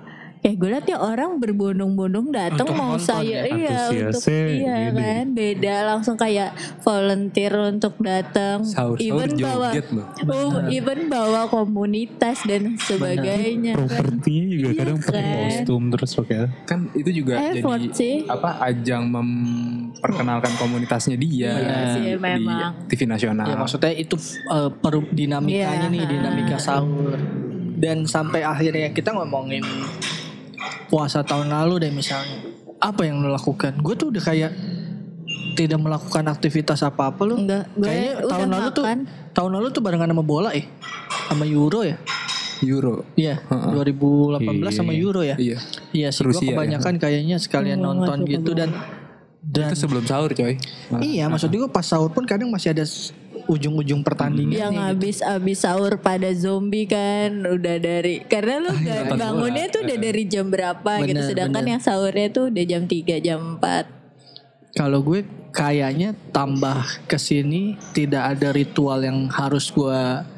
kayak gue liat ya orang berbondong-bondong datang Untuk mau nonton saya ya, iya untuk antusiasnya iya gede. kan beda langsung kayak volunteer untuk datang Sahur-sahur even bawa joget loh. oh, even bawa komunitas dan sebagainya kan. Propertinya juga Iya kadang pakai kan? kostum terus pakai Kan itu juga Effort jadi sih. apa ajang memperkenalkan komunitasnya dia Iya sih, di memang. T V nasional. Ya maksudnya itu uh, per dinamikanya Iya. nih, dinamika sahur. Dan sampai akhirnya kita ngomongin puasa tahun lalu deh misalnya. Apa yang lo lakukan? Gue tuh udah kayak tidak melakukan aktivitas apa-apa lo. Enggak, gue Kayaknya udah tahun lalu tuh makan. tahun lalu tuh barengan sama bola eh. Sama Euro ya? Euro. Iya, dua ribu delapan belas sama Euro ya. Iya. Iya sih, gue Rusia ya. kebanyakan kayaknya sekalian Oh, nonton nggak suka gitu dan dan Itu sebelum sahur coy. iya, maksudnya gue pas sahur pun kadang masih ada s- ujung-ujung pertandingan Yang nih, habis habis sahur pada zombie kan udah dari karena lu gak nonton bangunnya tuh udah dari jam berapa gitu Bener, sedangkan bener. yang sahurnya tuh udah jam tiga jam empat. Kalau gue kayaknya tambah kesini tidak ada ritual yang harus gue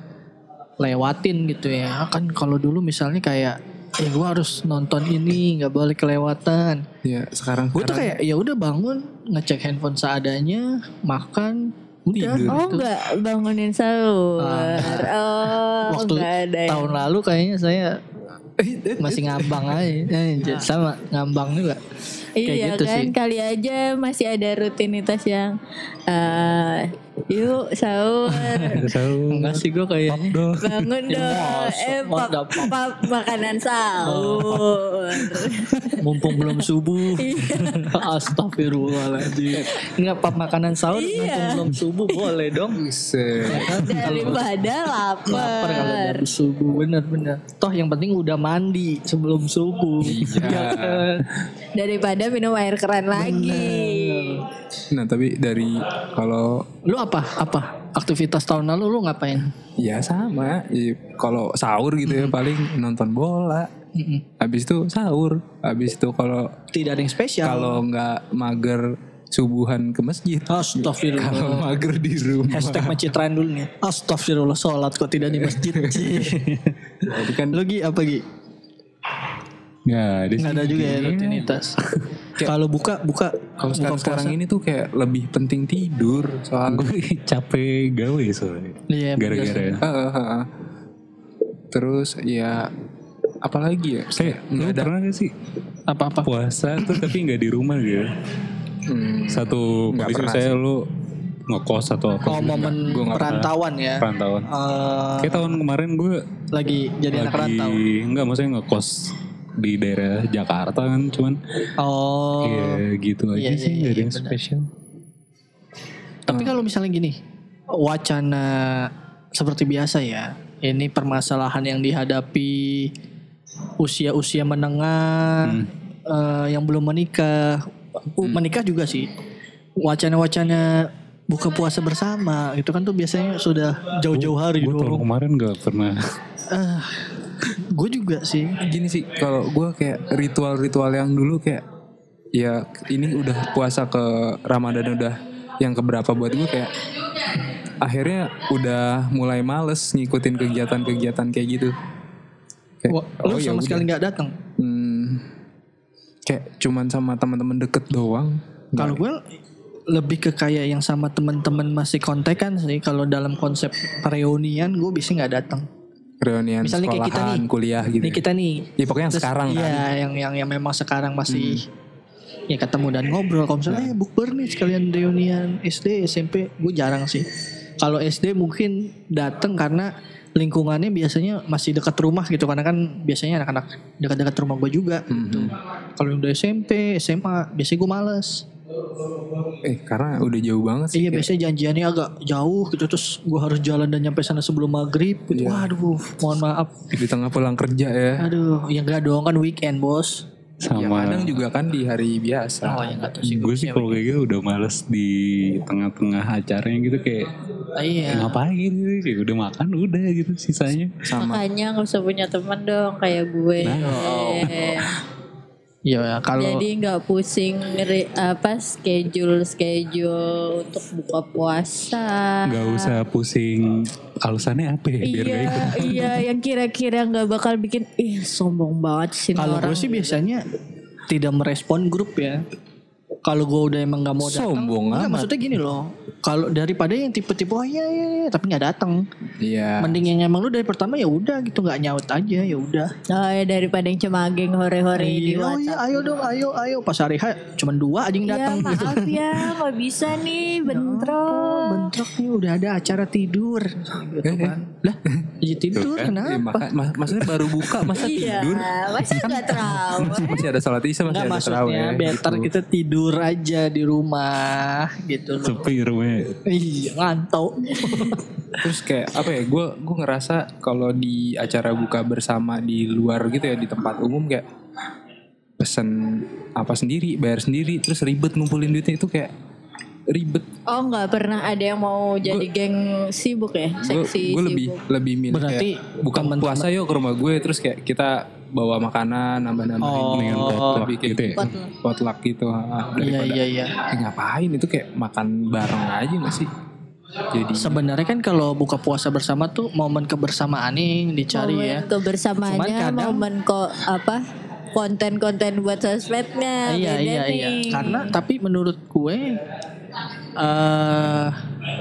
lewatin gitu ya. Kan kalau dulu misalnya kayak ya gue harus nonton ini nggak boleh kelewatan. Iya, sekarang Gue tuh kayak ya udah bangun ngecek handphone seadanya, makan, udah. Tidur. Oh enggak bangunin sahur. Ah. Oh Waktu enggak ada. yang- tahun lalu kayaknya saya masih ngambang aja. Eh, sama ngambang juga. Kayak Iya gitu kan sih. kali aja masih ada rutinitas yang eh yuk sahur sahur. Enggak sih gue kayaknya. bangun dong eh pap, Mantap. pap makanan sahur. Mumpung belum subuh. Iya. Astagfirullahaladzim. Enggak pap makanan sahur Iya. mumpung belum subuh boleh dong. Buset. Daripada Lapar kalau lapar. udah subuh bener-bener. Toh yang penting udah mandi sebelum subuh. Iya. Daripada minum air keran lagi. Nah tapi dari kalau Lu apa? Apa? Aktivitas tahun lalu lu ngapain? ya sama, ya, kalau sahur gitu ya paling nonton bola. Mm-mm. Habis itu sahur. Habis itu kalau Tidak ada yang spesial. kalau nggak mager subuhan ke masjid. Astagfirullah. Kalau mager di rumah. Hashtag mencitrain dulu nih. Astagfirullah, sholat kok tidak di masjid. Jadi kan Lu Gi apa Gi? Nggak ada sih. Nggak ada juga ya rutinitas. Kalau buka buka kalau buka sekarang sekarang puasa. ini tuh kayak lebih penting tidur soalnya. Gue capek gawe soalnya. Iya, bener Gara-gara sih. ya. Heeh, heeh. Terus ya apalagi ya? Kayak lu nggak ada. pernah gak sih Apa-apa? puasa tuh tapi nggak di rumah gitu? Hmm, Satu Nggak kondisi pernah saya lu ngekos atau apa? Oh, momen gua nggak perantauan ya. Perantauan. Eh, Kayak tahun kemarin gue lagi jadi anak rantau. enggak maksudnya ngekos di daerah Jakarta kan, cuman Oh. ya gitu aja iya, sih, iya, nggak ada iya, yang benar. spesial. Tapi kalau misalnya gini, wacana seperti biasa ya. Ini permasalahan yang dihadapi usia-usia menengah, Hmm. eh, yang belum menikah, Uh, menikah juga sih. Wacana-wacana buka puasa bersama, itu kan tuh biasanya sudah jauh-jauh hari Gue tahun didorong. kemarin nggak pernah. Eh, gue juga sih. Gini sih kalau gue kayak ritual-ritual yang dulu kayak ya ini udah puasa ke Ramadan udah yang keberapa buat gue kayak akhirnya udah mulai males ngikutin kegiatan-kegiatan kayak gitu. Kayak, Wah, lu oh ya sama udah. sekali nggak datang. Hmm, kayak cuman sama teman-teman deket doang. Kalau gue lebih ke kayak yang sama teman-teman masih kontekan sih. Kalau dalam konsep reunian gue bisa nggak datang. Reunian Misalnya kayak kita sekolahan, nih. kuliah gitu. Nih kita nih. Ya pokoknya yang Terus, sekarang iya, kan. yang yang yang memang sekarang masih ya ketemu dan ngobrol. Kalau misalnya eh, bukber nih sekalian reunian S D, S M P, gue jarang sih. Kalau S D mungkin datang karena lingkungannya biasanya masih dekat rumah gitu, karena kan biasanya anak-anak dekat-dekat rumah gue juga. Gitu. Kalau udah S M P, S M A, biasanya gue males. Eh karena udah jauh banget sih. Iya, kayak- biasanya janjiannya agak jauh gitu, terus gue harus jalan dan nyampe sana sebelum maghrib. Gitu. Iya. Waduh, mohon maaf. di tengah pulang kerja ya. Aduh, ya enggak dong, kan weekend bos. Ya Sama kadang juga kan di hari biasa. Oh ya enggak tahu sih. gue sih kalau kayak gitu udah males di tengah-tengah acaranya gitu kayak Ah, iya. "Eh, ngapain gitu, kayak udah makan udah gitu sisanya. Sama Makanya gak usah punya teman dong kayak gue. Nah. Eh, Ya kalau Jadi nggak pusing re, apa schedule schedule untuk buka puasa. Gak usah pusing alasannya apa ya biar gak Iya, ikut. iya yang kira-kira nggak bakal bikin ih sombong banget sih kalau orang. gue sih biasanya tidak merespon grup ya. Kalau gue udah emang nggak mau datang, Sombong enggak, amat. maksudnya gini loh. Kalau daripada yang tipe-tipe oh iya iya, iya tapi nggak datang, Iya. mending yang emang lu dari pertama ya udah gitu nggak nyaut aja ya udah. Oh ya daripada yang cemageng hore-hore di Iya, oh iya, WhatsApp. ayo dong, ayo, ayo. Pas hari H cuma dua aja yang Ya datang. maaf ya nggak bisa nih bentrok. Bentrok nih udah ada acara tidur. Gitu kan. Lah, jadi tidur Kan? kenapa? Ya, maka, mas, maksudnya baru buka masa Iya, tidur. masa nggak terawih? Masih ada sholat isya, masih Enggak ada maksudnya tarawih. better gitu. kita tidur aja di rumah gitu loh. Sepi rumahnya. Iya, ngantuk. Terus kayak apa ya? Gue gue ngerasa kalau di acara buka bersama di luar gitu ya di tempat umum kayak pesen apa sendiri, bayar sendiri, terus ribet ngumpulin duitnya itu kayak ribet. Oh nggak pernah ada yang mau jadi geng sibuk ya, Gue seksi gue sibuk. lebih lebih milih Berarti kayak buka teman-teman- puasa yuk ke rumah gue terus kayak kita bawa makanan nambah-nambahin Oh, Dengan potluck lebih kayak gitu ya. Potluck. potluck gitu ah, Iya, daripada iya, iya. eh, ngapain itu kayak makan bareng aja gak sih? Jadi Sebenarnya kan kalau buka puasa bersama tuh momen kebersamaan yang dicari Momen ya. kebersamaannya, Cuman kadang- momen kok apa konten-konten buat sosmednya. Iya, beda iya, iya. nih. Karena tapi menurut gue eh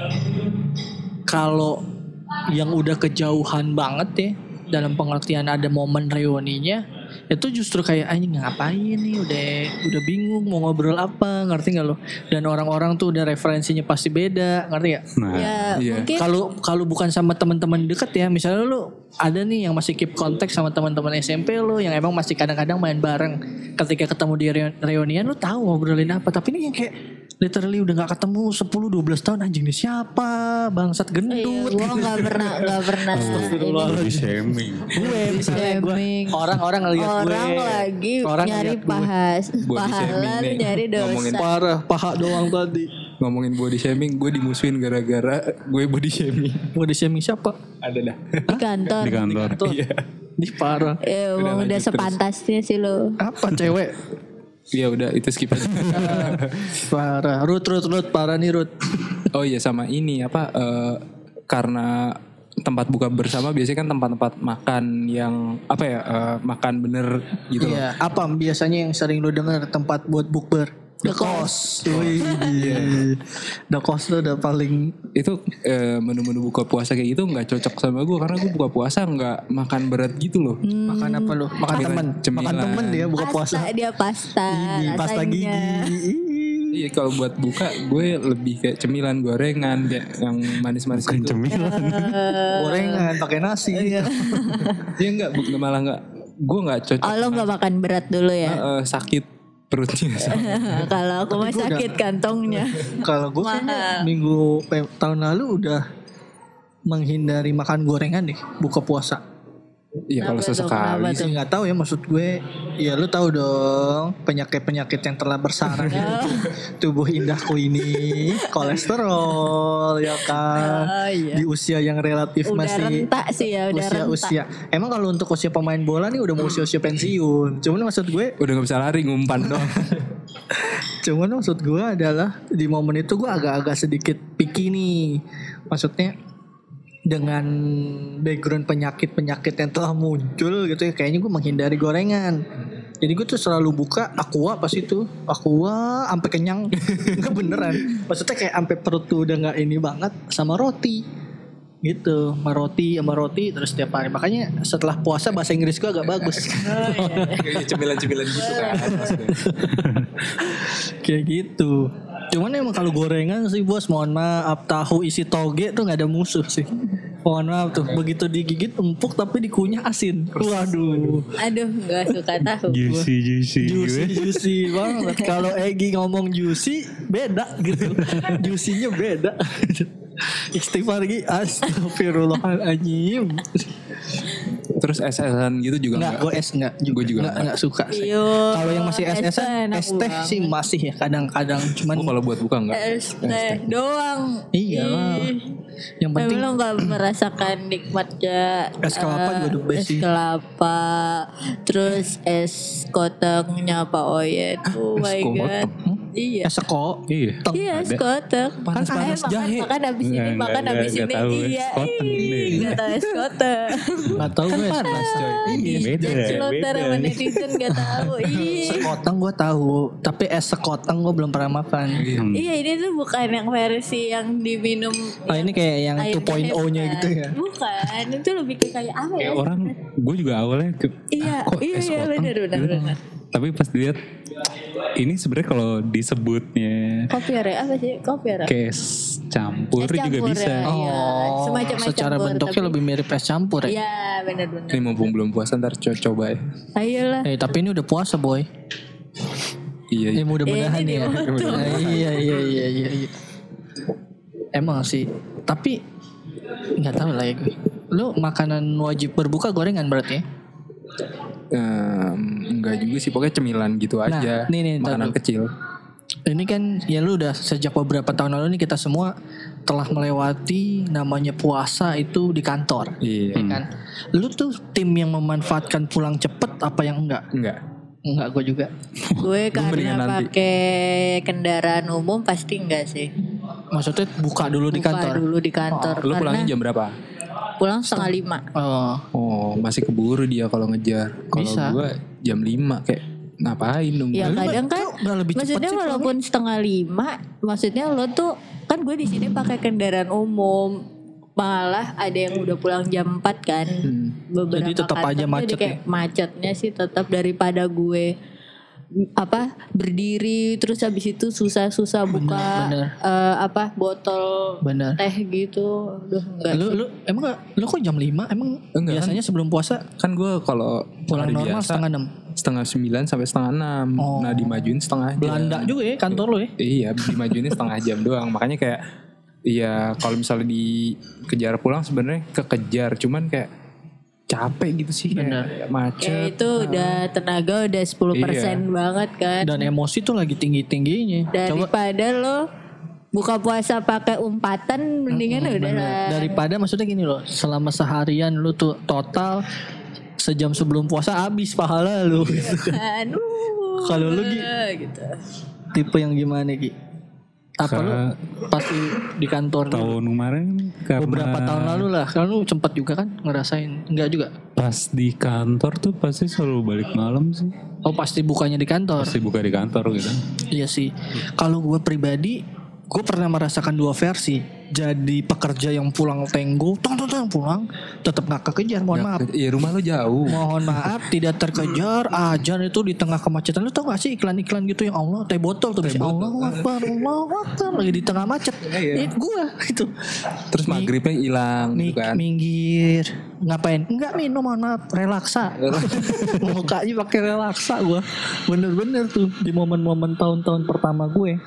kalau yang udah kejauhan banget ya dalam pengertian ada momen reuninya itu justru kayak anjing ngapain nih udah udah bingung mau ngobrol apa ngerti nggak lo, dan orang-orang tuh udah referensinya pasti beda ngerti ya. Nah, ya Iya. mungkin Kalau kalau bukan sama teman-teman deket ya, misalnya lu ada nih yang masih keep kontak sama teman-teman S M P lu yang emang masih kadang-kadang main bareng. Ketika ketemu di reu- reunian lu tahu ngobrolin apa, tapi ini yang kayak literally udah nggak ketemu sepuluh dua belas tahun anjing nih siapa? Bangsat iya, gendut. gue nggak pernah nggak pernah body shaming. Gue misalnya gue Shaming. orang-orang ngeliat gue. orang lagi Orang nyari ngeliat gue. pahas Body pahala shaming lu nih. nyari Ngomongin dosa. Parah, paha doang tadi. ngomongin body shaming, gue dimusuhin gara-gara gue body shaming. Gue di shaming siapa? Ada dah. Di kantor. Di kantor. Tuh. Di parah. Ya, Udah emang udah lanjut terus. sepantasnya sih lo. Apa cewek? Iya udah itu skip aja. Parah. Rut, Rut, Rut, parah nih Rut. Oh iya sama ini apa eh, karena tempat buka bersama biasanya kan tempat-tempat makan yang apa ya eh, makan bener gitu loh. Iya, apa biasanya yang sering lu dengar tempat buat bukber? The Kos. Wih, The Kos tuh udah paling Itu eh, menu-menu buka puasa kayak gitu nggak cocok sama gue karena gue buka puasa nggak makan berat gitu loh. makan apa lu? Makan Cemilan- temen. cemilan. Makan temen dia buka puasa. Pasta dia pasta. Ini pasta rasanya. gigi. Iya kalau buat buka gue lebih kayak cemilan gorengan kayak yang manis-manis Bukan gitu. cemilan. Gorengan pakai nasi. Iya nggak bu- malah nggak gue nggak cocok. Oh lo gak makan berat dulu ya? Eh, sakit perutnya. Kalau aku mah sakit kantongnya. Kalau gue kayaknya minggu eh, tahun lalu udah menghindari makan gorengan deh buka puasa. Iya kalau Kenapa tuh? sesekali Kenapa sih. Sih nggak tahu ya maksud gue. Ya lu tahu dong penyakit-penyakit yang telah bersarang di tubuh indahku ini, kolesterol ya kan. Oh iya. Di usia yang relatif Udah masih rentak sih ya, udah rentak. usia-usia. Emang kalau untuk usia pemain bola nih udah mau usia-usia pensiun. Cuman maksud gue, Udah nggak bisa lari ngumpan doang. cuman maksud gue adalah di momen itu gue agak-agak sedikit picky nih. Maksudnya dengan background penyakit-penyakit yang telah muncul gitu ya, kayaknya gue menghindari gorengan. Jadi gue tuh selalu buka aqua pas itu, aqua sampai kenyang. Enggak beneran. Maksudnya kayak sampai perut tuh udah nggak ini banget, sama roti. Gitu, sama roti, sama roti terus setiap hari. Makanya setelah puasa bahasa Inggris gue agak bagus. Kayak cemilan-cemilan gitu kan. maksudnya. Kayak gitu. Cuman emang kalau gorengan sih bos, mohon maaf, tahu isi toge tuh nggak ada musuh sih. Mohon maaf tuh, begitu digigit empuk tapi dikunyah asin. Waduh. Aduh gak suka tahu. Juicy juicy. Juicy juicy banget. Kalau Egi ngomong juicy beda gitu. Juicy-nya beda. Istighfar Gi, astagfirullahaladzim. Terus es-esan gitu juga Enggak, enggak. gue es enggak juga. Gue juga enggak, enggak suka sih. Yo, Kalau yang masih es es-esan, enak es teh banget. sih masih ya kadang-kadang. Cuman Gue kalau buat buka enggak. Es teh doang. iya lah. Ih. Yang Tapi penting lo gak merasakan nikmatnya Es kelapa eh, juga the best es sih. kelapa, terus es kotengnya Pak Oyet. Oh my koteng? god. Iya. es seko. Iya. Teng. Iya, es ada. koteng. Panas-panas Kan, eh, jahe. Makan, makan abis ini, Nggak, makan nggak, abis nggak ini. tahu es Iya, koteng ih, deh. nggak tahu es koteng. Gak tau gue es Panas coy. Iya. Beda, Jadi lontar beda. sama netizen gak tahu. Ih. Sekoteng gue tahu, tapi es sekoteng gue belum pernah makan. Hmm. Iya, ini tuh bukan yang versi yang diminum. Oh ini kayak yang air dua titik nol-nya jahe, gitu ya. Bukan, itu lebih ke kayak apa ya? Kayak orang, gue juga awalnya ke, Iya, kok iya, es iya, koteng? benar, benar, benar. Tapi pas dilihat, ini sebenarnya kalau disebutnya Kopior ya, apa sih? Kopior ya? kayak es campur, Es juga campur bisa. ya. Iya, semacam es Oh, secara campur, bentuknya tapi- lebih mirip es campur ya. Iya, benar-benar. Ini mumpung belum puasa ntar co- coba ya. Ayolah. Eh tapi ini udah puasa boy. Iya, iya. Ya mudah-mudahan Eh, ini ya. betul. Nah, iya iya iya iya. iya. Emang sih. Tapi nggak tahu lah ya gue. Lu makanan wajib berbuka gorengan berarti ya? Em, enggak juga sih, pokoknya cemilan gitu Nah, aja. nih, nih, ntar makanan dulu. kecil. Ini kan ya lu udah sejak beberapa tahun lalu nih kita semua telah melewati namanya puasa itu di kantor. Iya. Ya kan? Lu tuh tim yang memanfaatkan pulang cepet apa yang enggak? Enggak. Enggak gue juga. Gue mendingan karena nanti. pakai kendaraan umum pasti enggak sih. Maksudnya buka dulu di Buka kantor. dulu di kantor. Lu karena pulangnya jam berapa? pulang setengah lima. Oh, Oh, masih keburu dia kalau ngejar. Bisa. Kalau gua jam lima kayak ngapain dong? Ya Lu kadang nggak- kan lu nggak lebih cepet maksudnya sih walaupun setengah lima, maksudnya lo tuh kan gue di sini pakai kendaraan umum, malah ada yang udah pulang jam empat kan. Hmm. Beberapa Jadi tetap kantor aja tuh macet udah kayak macetnya sih tetap daripada gue apa berdiri terus habis itu susah-susah buka bener. eh, apa botol bener. teh gitu. Duh enggak. Lu lu emang gak, lu kok jam lima emang Enggak, biasanya sebelum puasa Kan gue kalau pulang hari normal biasa setengah enam. setengah sembilan sampai setengah enam. Oh. Nah dimajuin setengah jam. Belanda juga ya kantor lu ya. Iya, dimajuin setengah jam doang. Makanya kayak iya kalau misalnya dikejar pulang sebenarnya kekejar, cuman kayak capek gitu sih kayak macet. Ya itu udah tenaga udah sepuluh persen banget kan. Dan emosi tuh lagi tinggi-tingginya. Coba Daripada lo buka puasa pakai umpatan mendingan udah bener. lah. Daripada maksudnya gini loh, selama seharian lu tuh total sejam sebelum puasa habis pahala lu. Aduh. Kalau lu Gi, gitu. tipe yang gimana Ki? Apa lu Ka- pasti di kantor dulu? Tahun kemarin karena Beberapa tahun lalu lah. Kan lu sempat juga kan ngerasain? Enggak juga? pas di kantor tuh pasti selalu balik malam sih. Oh pasti bukanya di kantor. Pasti buka di kantor gitu. Iya sih. Kalau gue pribadi, gue pernah merasakan dua versi. Jadi pekerja yang pulang tenggo, tong tong tong pulang, tetap nggak kekejar. Mohon maaf. Iya rumah lo jauh. Mohon maaf, tidak terkejar. Ajan itu di tengah kemacetan. Lu tau gak sih iklan-iklan gitu yang Allah teh botol tuh bisa Allah Akbar, Allah Akbar lagi di tengah macet. Iya. Itu gue itu. Terus maghribnya hilang Mi- gitu kan. minggir ngapain? Enggak minum, mohon maaf, relaksa. Mukanya pakai relaksa gue. Bener-bener tuh di momen-momen tahun-tahun pertama gue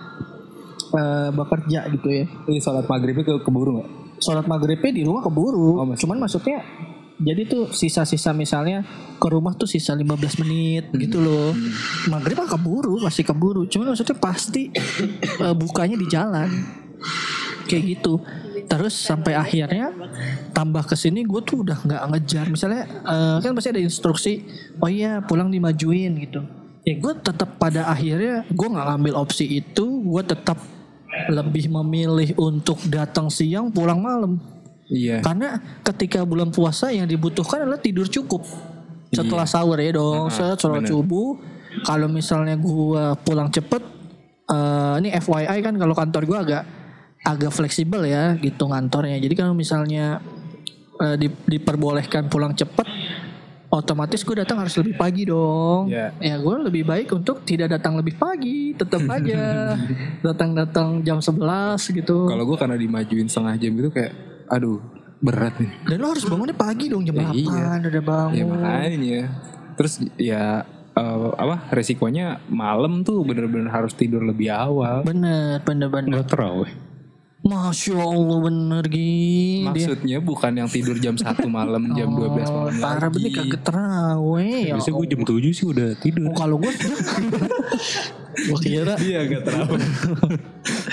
eh, bekerja gitu ya. Ini sholat maghribnya ke keburu nggak? Sholat maghribnya di rumah keburu. Oh, maksud- Cuman maksudnya jadi tuh sisa-sisa misalnya ke rumah tuh sisa lima belas menit gitu loh. Maghrib kan keburu, masih keburu. Cuman maksudnya pasti eh, bukanya di jalan. Kayak gitu. Terus sampai akhirnya tambah kesini gue tuh udah nggak ngejar. Misalnya eh, kan pasti ada instruksi, oh iya pulang dimajuin gitu. Ya gue tetap pada akhirnya gue nggak ngambil opsi itu. Gue tetap lebih memilih untuk datang siang pulang malam. Iya. Karena ketika bulan puasa yang dibutuhkan adalah tidur cukup. Setelah sahur ya dong, set sholat bener. subuh. Kalau misalnya gua pulang cepet, eh, ini F Y I kan kalau kantor gua agak agak fleksibel ya gitu kantornya. Jadi kalau misalnya eh, di- diperbolehkan pulang cepet, otomatis gue datang harus lebih pagi dong. Iya. Ya gue lebih baik untuk tidak datang lebih pagi, tetap aja datang-datang jam sebelas gitu. Kalau gue karena dimajuin setengah jam gitu kayak, aduh berat nih. Dan lo harus bangunnya pagi dong jam Ya, delapan iya. udah bangun. Ya makanya. Terus ya eh, apa resikonya malam tuh bener-bener harus tidur lebih awal. Bener, bener, bener. Nggak terawih. Masya Allah bener Gi. Dia- Maksudnya bukan yang tidur jam satu malam, jam dua belas Oh, malam parah bener lagi. kagak terawih. Ya Biasanya gue jam tujuh sih udah tidur. Oh, kalau gue gue kira Iya gak terawih.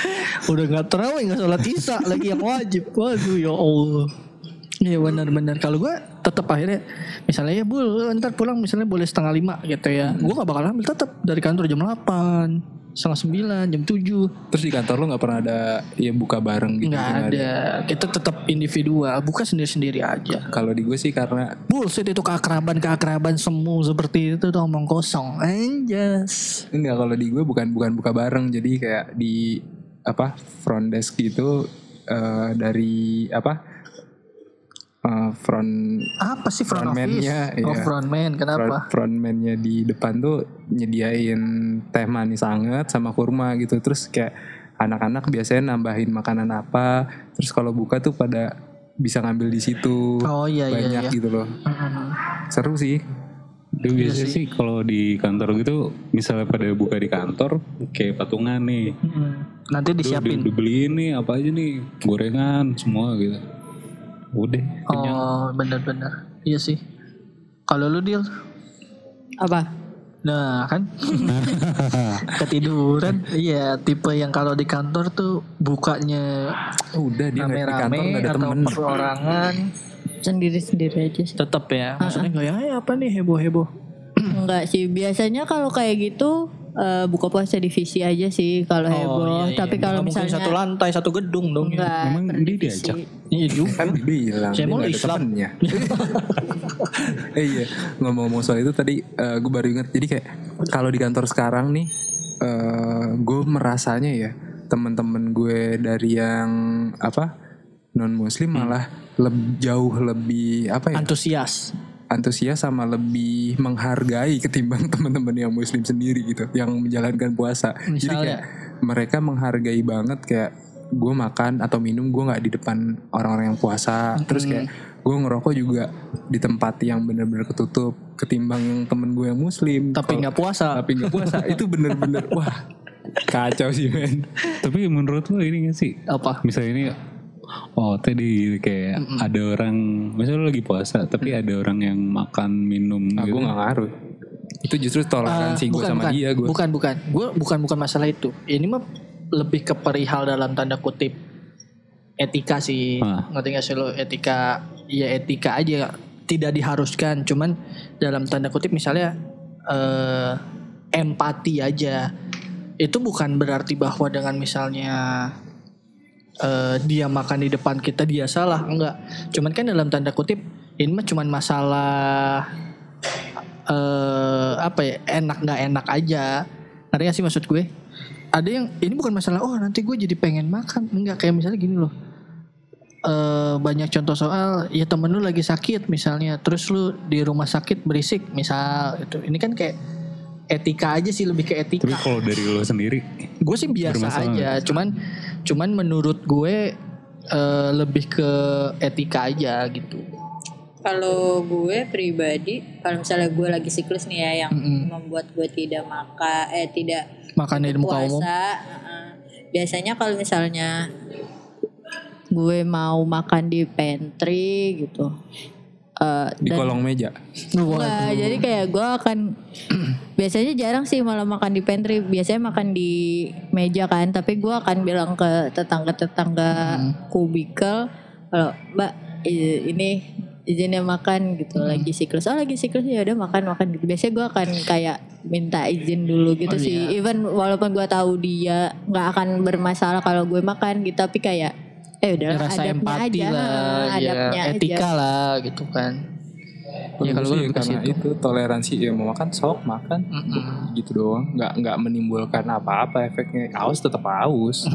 Udah gak terawih, gak sholat isya lagi yang wajib. Waduh ya Allah. Iya benar-benar. Kalau gue tetap akhirnya misalnya ya bul ntar pulang misalnya boleh setengah lima gitu ya. Hmm. Gue gak bakal ambil tetap dari kantor jam delapan, setengah sembilan, jam tujuh. Terus di kantor lo gak pernah ada ya buka bareng gitu? Gak ada. ada. Kita tetap individual, buka sendiri-sendiri aja. Kalau di gue sih karena bullshit itu keakraban-keakraban semu seperti itu tuh omong kosong. Anjas. Enggak, kalau di gue bukan bukan buka bareng. Jadi kayak di apa front desk gitu uh, dari apa Uh, front apa sih front, front office? Man-nya, oh iya. frontman, kenapa? Front, frontman-nya di depan tuh nyediain teh manis anget sama kurma gitu. Terus kayak anak-anak biasanya nambahin makanan apa. Terus kalau buka tuh pada bisa ngambil di situ. Oh iya banyak iya, iya. gitu loh. Uh-huh. Seru sih. Itu biasanya sih kalau di kantor gitu, misalnya pada buka di kantor, kayak patungan nih. Hmm. Nanti disiapin. Udah dibeliin nih apa aja nih, gorengan semua gitu. Udah kenyang. Oh benar-benar iya sih. Kalau lu Dil apa? Nah kan ketiduran. Iya tipe yang kalau di kantor tuh bukanya udah dia di kantor gak ada atau temen perorangan sendiri-sendiri aja sih. tetap ya maksudnya nggak ya apa nih heboh-heboh. Enggak sih, biasanya kalau kayak gitu uh, buka puasa divisi aja sih kalau heboh. Iya, iya. Tapi kalau mungkin misalnya satu lantai satu gedung dong. enggak, Emang per dia divisi. diajak? Iya juga. kan bilang Saya dia mau gak ada Islam. temennya. Eh iya ngomong-ngomong soal itu tadi uh, gue baru ingat. Jadi kayak kalau di kantor sekarang nih uh, gue merasanya ya teman-teman gue dari yang apa non muslim malah leb, jauh lebih apa ya Antusias. antusias sama lebih menghargai ketimbang teman-teman yang muslim sendiri gitu yang menjalankan puasa. Misalnya? Jadi kayak mereka menghargai banget kayak gue makan atau minum gue nggak di depan orang-orang yang puasa. Terus kayak gue ngerokok juga di tempat yang benar-benar ketutup ketimbang yang temen gue yang muslim. Tapi nggak puasa. Tapi nggak puasa itu bener-bener wah kacau sih men. Tapi menurut lo ini gak sih? Apa? Misalnya ini, oh tadi kayak Mm-mm. ada orang, misalnya lo lagi puasa, tapi ada orang yang makan minum. Nah, gitu. gue nggak ngaruh. Itu justru toleransi uh, gue sama bukan. dia. Gue bukan bukan. Gue bukan bukan masalah itu. Ini mah lebih ke perihal dalam tanda kutip etika sih. Ah. Ngerti gak sih lo etika? Ya etika aja. Tidak diharuskan. Cuman dalam tanda kutip misalnya eh, empati aja. Itu bukan berarti bahwa dengan misalnya uh, dia makan di depan kita dia salah, enggak. Cuman kan dalam tanda kutip ini mah cuman masalah uh, apa ya, enak nggak enak aja. Ngerti gak sih maksud gue? Ada yang ini bukan masalah oh nanti gue jadi pengen makan, enggak. Kayak misalnya gini loh, uh, banyak contoh soal ya temen lu lagi sakit misalnya, terus lu di rumah sakit berisik misal gitu. Ini kan kayak etika aja sih, lebih ke etika. Tapi kalau dari lo sendiri, gue sih biasa aja. Cuman, cuman menurut gue uh, lebih ke etika aja gitu. Kalau gue pribadi, kalau misalnya gue lagi siklus nih ya, yang Mm-mm. membuat gue tidak makan, eh tidak makan di muka umum. puasa. Uh, biasanya kalau misalnya gue mau makan di pantry gitu. Uh, di dan, kolong meja. Enggak, jadi kayak gue akan biasanya jarang sih malah makan di pantry, biasanya makan di meja kan. Tapi gue akan bilang ke tetangga-tetangga hmm. kubikel, kalau Mbak ini izinnya makan gitu, hmm. lagi siklus, oh lagi siklus ya udah makan makan gitu. Biasanya gue akan kayak minta izin dulu gitu oh, sih, iya. Even walaupun gue tahu dia nggak akan bermasalah kalau gue makan gitu, tapi kayak eh udah rasa adabnya empati aja, lah, adabnya ya, etika aja. lah gitu kan. Ya kalau gue karena itu. itu toleransi ya, mau makan sok makan. Mm-mm. Gitu doang, nggak nggak menimbulkan apa-apa efeknya. Aus tetap aus.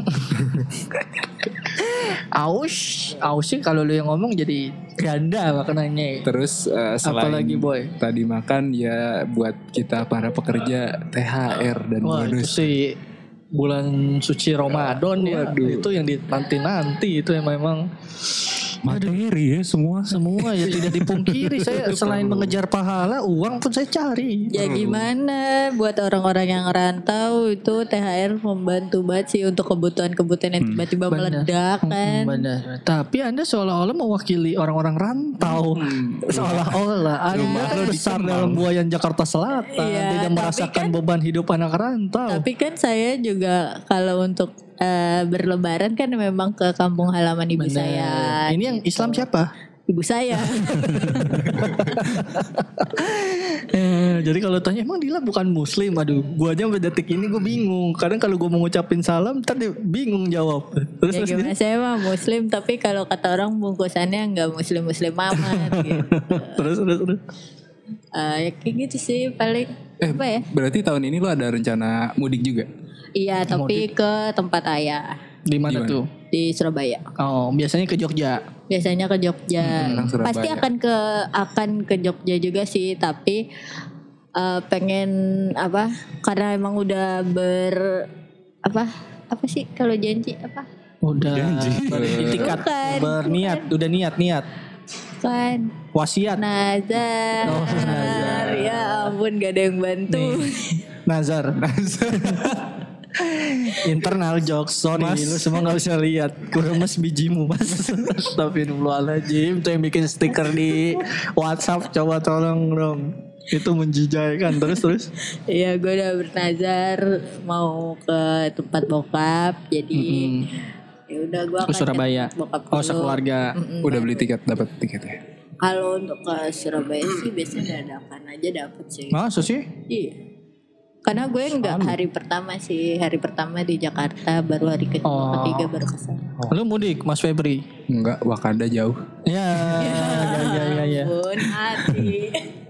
aus, aus sih kalau lu yang ngomong jadi ganda makanannya. Terus uh, selain apalagi boy tadi makan ya buat kita para pekerja T H R dan wah, bonus. Itu sih bulan suci Ramadan ya. Itu yang dinanti-nanti itu yang memang materi ya semua semua ya tidak dipungkiri. Saya selain mengejar pahala, uang pun saya cari. Ya gimana buat orang-orang yang rantau itu T H R membantu banget sih untuk kebutuhan-kebutuhan yang tiba-tiba hmm. meledak kan. Hmm, benar. Tapi Anda seolah-olah mewakili orang-orang rantau. Hmm. Seolah-olah Anda kan besar dalam buayan Jakarta Selatan, ya, tidak merasakan kan, beban hidup anak rantau. Tapi kan saya juga kalau untuk eh, berlebaran kan memang ke kampung halaman ibu Bener. saya. Ini yang Islam siapa? Ibu saya. Eh, jadi kalau tanya emang Dila bukan muslim, aduh, gua aja sampai detik ini gue bingung. Kadang kalau gue mau ngucapin salam, ntar dia bingung jawab. Terus Ya terus gimana, saya mah muslim tapi kalau kata orang bungkusannya nggak muslim-muslim amat gitu. terus terus terus. Eh, ya kayak gitu sih paling Eh, apa ya? berarti tahun ini lo ada rencana mudik juga? Iya tapi ke tempat ayah Di mana Gimana? tuh? di Surabaya. Oh, biasanya ke Jogja. Biasanya ke Jogja. Orang Surabaya. Pasti akan ke akan ke Jogja juga sih, tapi eh, pengen apa? Karena emang udah ber apa? Apa sih kalau janji apa? Udah Janji. beritikat, Bukan, berniat, udah niat-niat. Kan Wasiat. nazar. Oh, nazar. Ya ampun gak ada yang bantu. Nazar. Internal jokes, sorry Mas. lu semua gak bisa lihat. Kuremes bijimu mas. Astagfirullahaladzim. Itu yang bikin stiker di WhatsApp, coba tolong dong. Itu menjijaikan. Terus terus. Iya gue udah bernazar mau ke tempat bokap, jadi ya udah gue Ke Surabaya. bokap Oh dulu. sekeluarga. Mm-mm. Udah beli tiket, dapat tiketnya. Kalau untuk ke Surabaya sih biasanya dadakan aja dapet sih. Masa sih? Iya. Karena gue nggak hari pertama sih, hari pertama di Jakarta, baru hari kedua, Oh. ketiga baru kesana. Lu mudik Mas Febri? Enggak, Wakanda jauh. Ya, ya, ya, ya, ya. Ampun hati.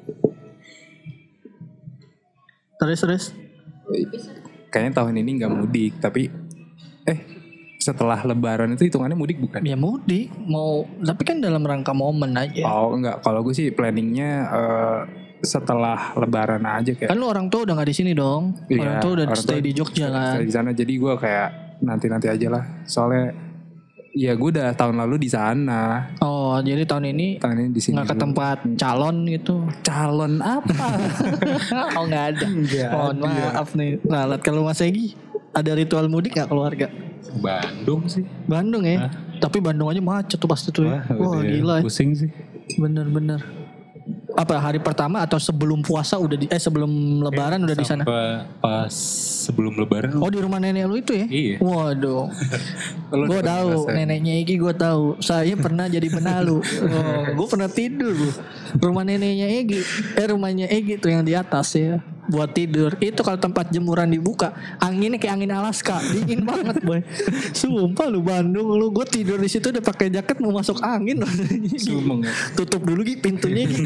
Terus terus. Kayaknya tahun ini nggak mudik, tapi eh setelah Lebaran itu hitungannya mudik bukan? Ya mudik, mau tapi kan dalam rangka momen aja. Oh enggak, kalau gue sih planningnya eh, setelah Lebaran aja kayak. Kan lu orang tua udah nggak di sini dong. Iya, orang tua udah orang stay tua di Jogja stay kan. di sana, jadi gue kayak nanti-nanti aja lah. Soalnya ya gue udah tahun lalu di sana, Oh, jadi tahun ini tahun ini di sini. nggak ke dulu. tempat calon gitu. Calon apa? Oh nggak ada. Nggak Mohon ada. maaf nih. Nah, kalau Mas Egi ada ritual mudik nggak keluarga? Bandung sih. Bandung ya. Tapi Bandung aja macet tuh pasti tuh ya. Wah udah gila ya. Pusing sih. Bener-bener. Apa hari pertama atau sebelum puasa udah di eh sebelum lebaran udah di sana? Sampai pas sebelum lebaran. Oh di rumah nenek lu itu ya? Iya. Waduh. Lu Gue udah tahu ngerasain. neneknya Egi gue tahu. Saya pernah jadi benalu. Oh, gue pernah tidur loh. Rumah neneknya Egi, eh rumahnya Egi tuh yang di atas ya. Buat tidur. Itu kalau tempat jemuran dibuka, anginnya kayak angin Alaska, dingin banget boy. Sumpah lu Bandung lu, gue tidur di situ udah pakai jaket mau masuk angin. Sumeng ya. Tutup dulu Gi pintunya Gi.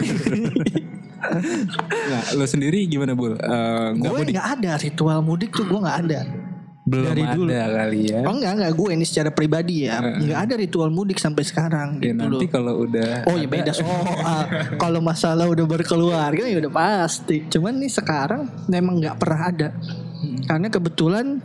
Nah, lo sendiri gimana Bul? Eh, nggak Gue mudik? nggak ada ritual mudik tuh gue nggak ada. Belum dari ada dulu. kali ya. Oh enggak enggak gue ini secara pribadi ya nggak ada ritual mudik sampai sekarang Ya, gitu nanti loh. kalau udah Oh ya beda soal. Kalau masalah udah berkeluarga ya udah pasti. Cuman nih sekarang memang nggak pernah ada. Karena kebetulan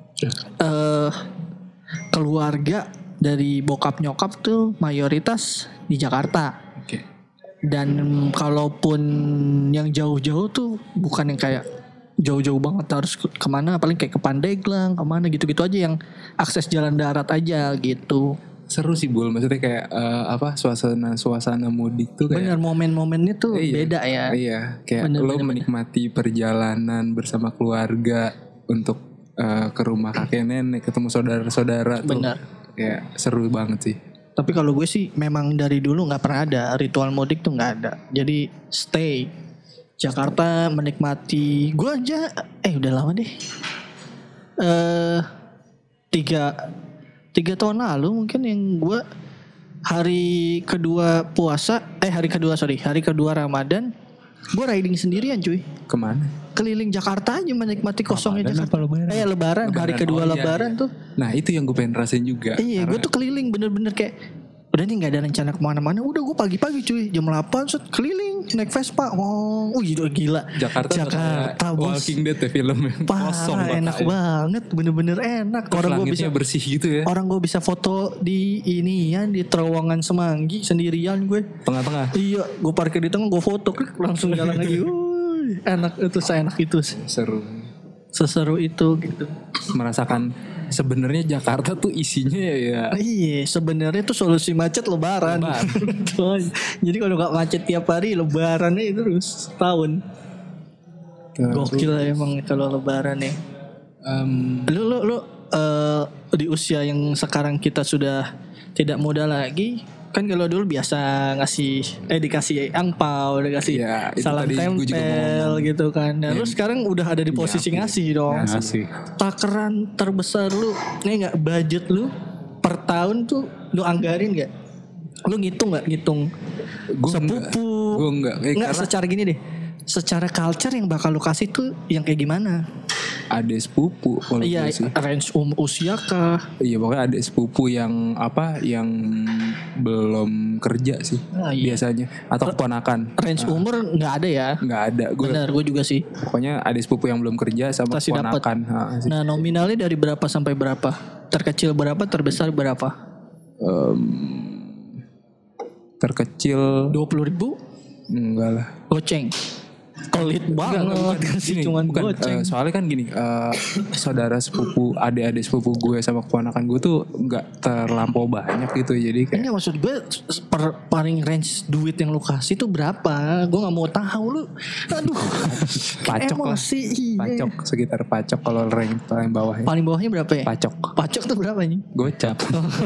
eh keluarga dari bokap nyokap tuh mayoritas di Jakarta. Oke. Dan kalaupun yang jauh-jauh tuh bukan yang kayak jauh-jauh banget harus ke- kemana, paling kayak ke Pandeglang, kemana gitu-gitu aja yang akses jalan darat aja gitu. Seru sih Bul, maksudnya kayak eh, apa suasana suasana mudik tuh kayak Bener momen-momennya tuh Iya. beda ya. Iya, kayak Bener, lo bener, menikmati perjalanan bersama keluarga untuk eh, ke rumah kakek nenek, ketemu saudara-saudara tuh. Bener. Kayak seru banget sih. Tapi kalau gue sih memang dari dulu nggak pernah ada ritual mudik tuh nggak ada. Jadi stay Jakarta menikmati. Gue aja eh udah lama deh. Eh tiga tiga tahun lalu mungkin yang gue hari kedua puasa eh hari kedua sorry hari kedua Ramadan gue riding sendirian cuy. Kemana? Keliling Jakarta aja menikmati kosongnya Ramadan Jakarta. apa Lebaran? Eh lebaran, hari Lebaran. kedua Oh, iya, lebaran iya. tuh. Nah itu yang gue pengen rasain juga. Iya, gue tuh keliling bener-bener kayak udah nih nggak ada rencana kemana-mana. Udah gue pagi-pagi cuy jam delapan set keliling naik Vespa. Oh, uh, gila gila. Jakarta, tuh Jakarta kayak bos. Walking Dead ya film yang kosong Parah, enak banget, bener-bener enak. Terus Orang gue langitnya bisa bersih gitu ya. orang gue bisa foto di ini ya di terowongan Semanggi sendirian gue. Tengah-tengah. Iya, gue parkir di tengah, gue foto, klik, langsung jalan lagi. Wuih, enak itu, seenak itu sih. Seru. Seseru itu gitu. Merasakan sebenarnya Jakarta tuh isinya ya. Iya, sebenarnya tuh solusi macet lebaran. Tuh, jadi kalau nggak macet tiap hari, lebarannya itu terus setahun. Gokil lah emang kalau lebaran ya. Em, Lu lu lu uh, di usia yang sekarang kita sudah tidak muda lagi. Kan kalau dulu biasa ngasih eh dikasih angpau, dikasih Ya, itu salam tadi gua juga tempel ngomong. gitu kan. Nah, Ya. lu sekarang udah ada di posisi Ya, ngasih dong. Ngasih. Takaran terbesar lu, ini enggak budget lu per tahun tuh lu anggarin enggak? Lu ngitung enggak? Ngitung Gua sepupu. Gue enggak. Eh, Enggak, karena secara gini deh. Secara culture yang bakal lu kasih tuh yang kayak gimana? ada sepupu kalau Iya, gue sih. range um usia kah? Iya pokoknya ada sepupu yang apa yang belum kerja sih Ah, iya. biasanya atau keponakan. Range umur nggak ada ya? Nggak ada. Gue Benar, gue juga sih. pokoknya ada sepupu yang belum kerja sama Pasti dapat. keponakan. Ha, sih. Nah, nominalnya dari berapa sampai berapa? Terkecil berapa, terbesar berapa? Em, terkecil dua puluh ribu? enggak lah. Goceng. Pelit banget. Enggak, enggak, bukan. Kasih Gini, cuman bukan. goceng. Eh, soalnya kan gini, eh, saudara sepupu, adik-adik sepupu gue sama keponakan gue tuh nggak terlampau banyak gitu. Jadi kayak Enggak, maksud gue per paling range duit yang lu kasih tuh berapa? Gue nggak mau tahu lu. Aduh. pacok lah. Emosi, iya. Pacok sekitar pacok kalau rank paling bawah ya. Paling bawahnya berapa ya? Pacok. Pacok tuh berapa nih? Gocap.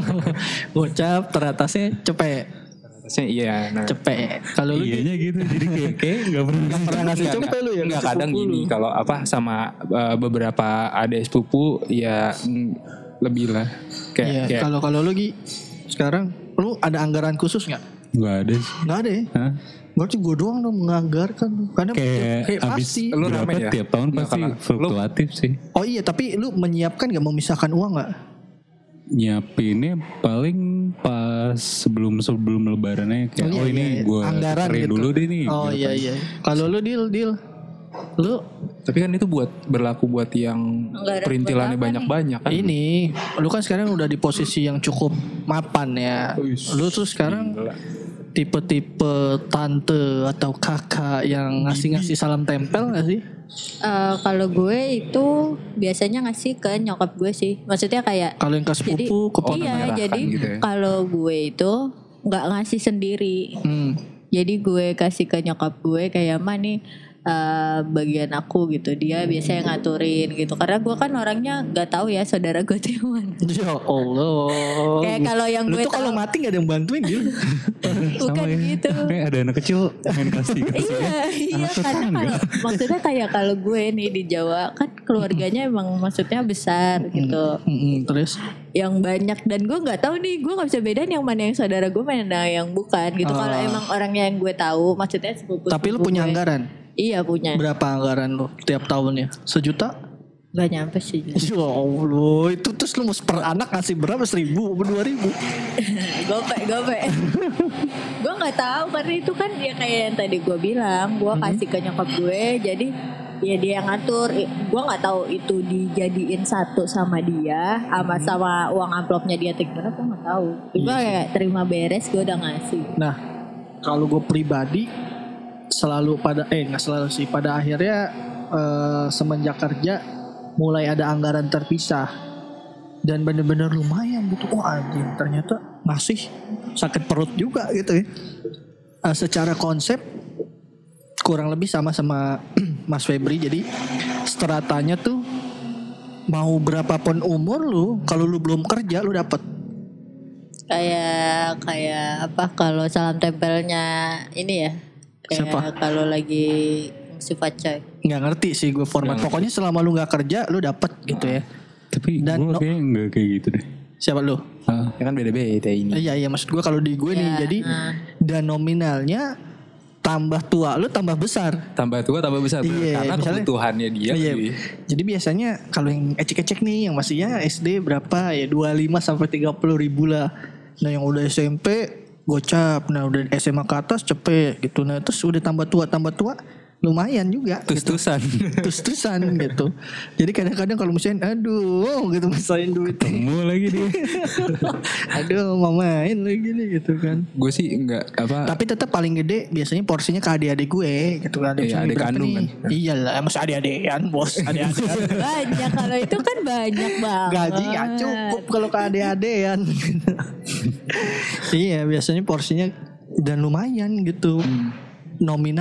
Gocap, teratasnya cepet. Atasnya iya. Nah. Cepet. Kalau lu Iyanya gitu. Jadi kayak kayak nggak pernah. pernah ngasih Enggak, cepet lu ya? enggak, ke kadang sepupu gini lu? kalau apa sama uh, beberapa adik sepupu ya mm, lebih lah kayak, Iya, kayak kalau kalau lu Gi, sekarang lu ada anggaran khusus nggak? Nggak ada sih. Nggak ada ya? Hah? Berarti gue doang dong menganggarkan. Karena Kayak kayak abis pasti. Lu berapa ramen ya? tiap tahun Nggak, pasti kalau- fluktuatif sih. Oh iya, tapi lu menyiapkan nggak, memisahkan uang nggak? Nyiapinnya paling pas sebelum sebelum lebarannya kayak oh, iya, ini iya. gue Anggaran cari gitu. dulu deh nih. Oh gitu iya kan. iya. Kalau lu deal deal, lu tapi kan itu buat berlaku buat yang Anggaran perintilannya buat apa banyak-banyak kan. ini, lu kan sekarang udah di posisi yang cukup mapan ya. Lu tuh sekarang tipe-tipe tante atau kakak yang ngasih-ngasih salam tempel nggak sih? Eh, kalau gue itu biasanya ngasih ke nyokap gue sih. Maksudnya kayak Kalau yang ke jadi sepupu, ke ponakan. iya, menyerahkan jadi gitu ya. kalau gue itu nggak ngasih sendiri. Hmm. Jadi gue kasih ke nyokap gue kayak mah nih eh, bagian aku gitu. Dia biasanya ngaturin gitu. Karena gue kan orangnya nggak tahu ya saudara gue tuh yang mana. Ya Allah. Kayak kalau yang Lu gue tuh kalau tahu- mati gak ada yang bantuin gitu. Bukan Sama ya. gitu. Kayak ada anak kecil main kasih kasih. Iya, iya karena kalau maksudnya kayak kalau gue nih di Jawa kan keluarganya emang maksudnya besar gitu, Mm-mm, terus yang banyak dan gue nggak tahu nih, gue nggak bisa bedain yang mana yang saudara gue mana yang bukan gitu. Kalau Ah. emang orangnya yang gue tahu, maksudnya sepupu. tapi lu punya gue. anggaran? Iya punya. Berapa anggaran lu tiap tahunnya? Sejuta? Gak nyampe sih. Ya Allah, itu terus lu mau per anak ngasih berapa? Seribu atau dua ribu? gope gope. Gue nggak tahu karena itu kan ya kayak yang tadi gue bilang, gue Hmm. kasih ke nyokap gue, jadi ya dia yang ngatur. Gue nggak tahu itu dijadiin satu sama dia, sama Hmm. sama uang amplopnya dia atau gimana, gue nggak tahu. Gue Iya kayak terima beres, gue udah ngasih. Nah, kalau gue pribadi selalu pada eh nggak selalu sih, pada akhirnya eh, semenjak kerja mulai ada anggaran terpisah dan bener-bener lumayan gitu. Oh anjing, ternyata masih sakit perut juga gitu ya. Eh, secara konsep kurang lebih sama sama Mas Febri. Jadi stratanya tuh mau berapapun umur lu, kalau lu belum kerja lu dapet. Kayak kayak apa kalau salam tempelnya ini ya? Kayak Siapa? kalau lagi sifat coy. Nggak ngerti sih gue format. Pokoknya selama lu nggak kerja lu dapet gitu ya. Tapi Dan gue no- kayak nggak kayak gitu deh. Siapa lu? Ah, Ya kan beda-beda ini. Eh, Iya iya maksud gue kalau di gue nih, Ya, jadi nah. dan nominalnya tambah tua lu tambah besar. Tambah tua tambah besar bener. Iya, karena misalnya- kebutuhannya dia Iya. lebih. Jadi biasanya kalau yang ecek-ecek nih yang masihnya S D berapa ya, dua puluh lima sampai tiga puluh ribu lah. Nah yang udah S M P gocap, nah udah S M A ke atas cepet gitu. Nah terus udah tambah tua tambah tua lumayan juga gitu. Tus-tusan. Terus-terusan gitu. Jadi kadang-kadang kalau misalnya aduh gitu misalnya duit, temu lagi dia. aduh mau main lagi nih gitu kan. Gue sih enggak apa. Tapi tetap paling gede biasanya porsinya ke adik-adik gue gitu kan. Iya, Misalnya adik berapa kandung nih? kan. Iyalah, emang adik-adikan bos, adik-adikan. Banyak kalau itu kan banyak banget. Gaji gak cukup kalau ke adik-adikan. Iya, biasanya porsinya dan lumayan gitu.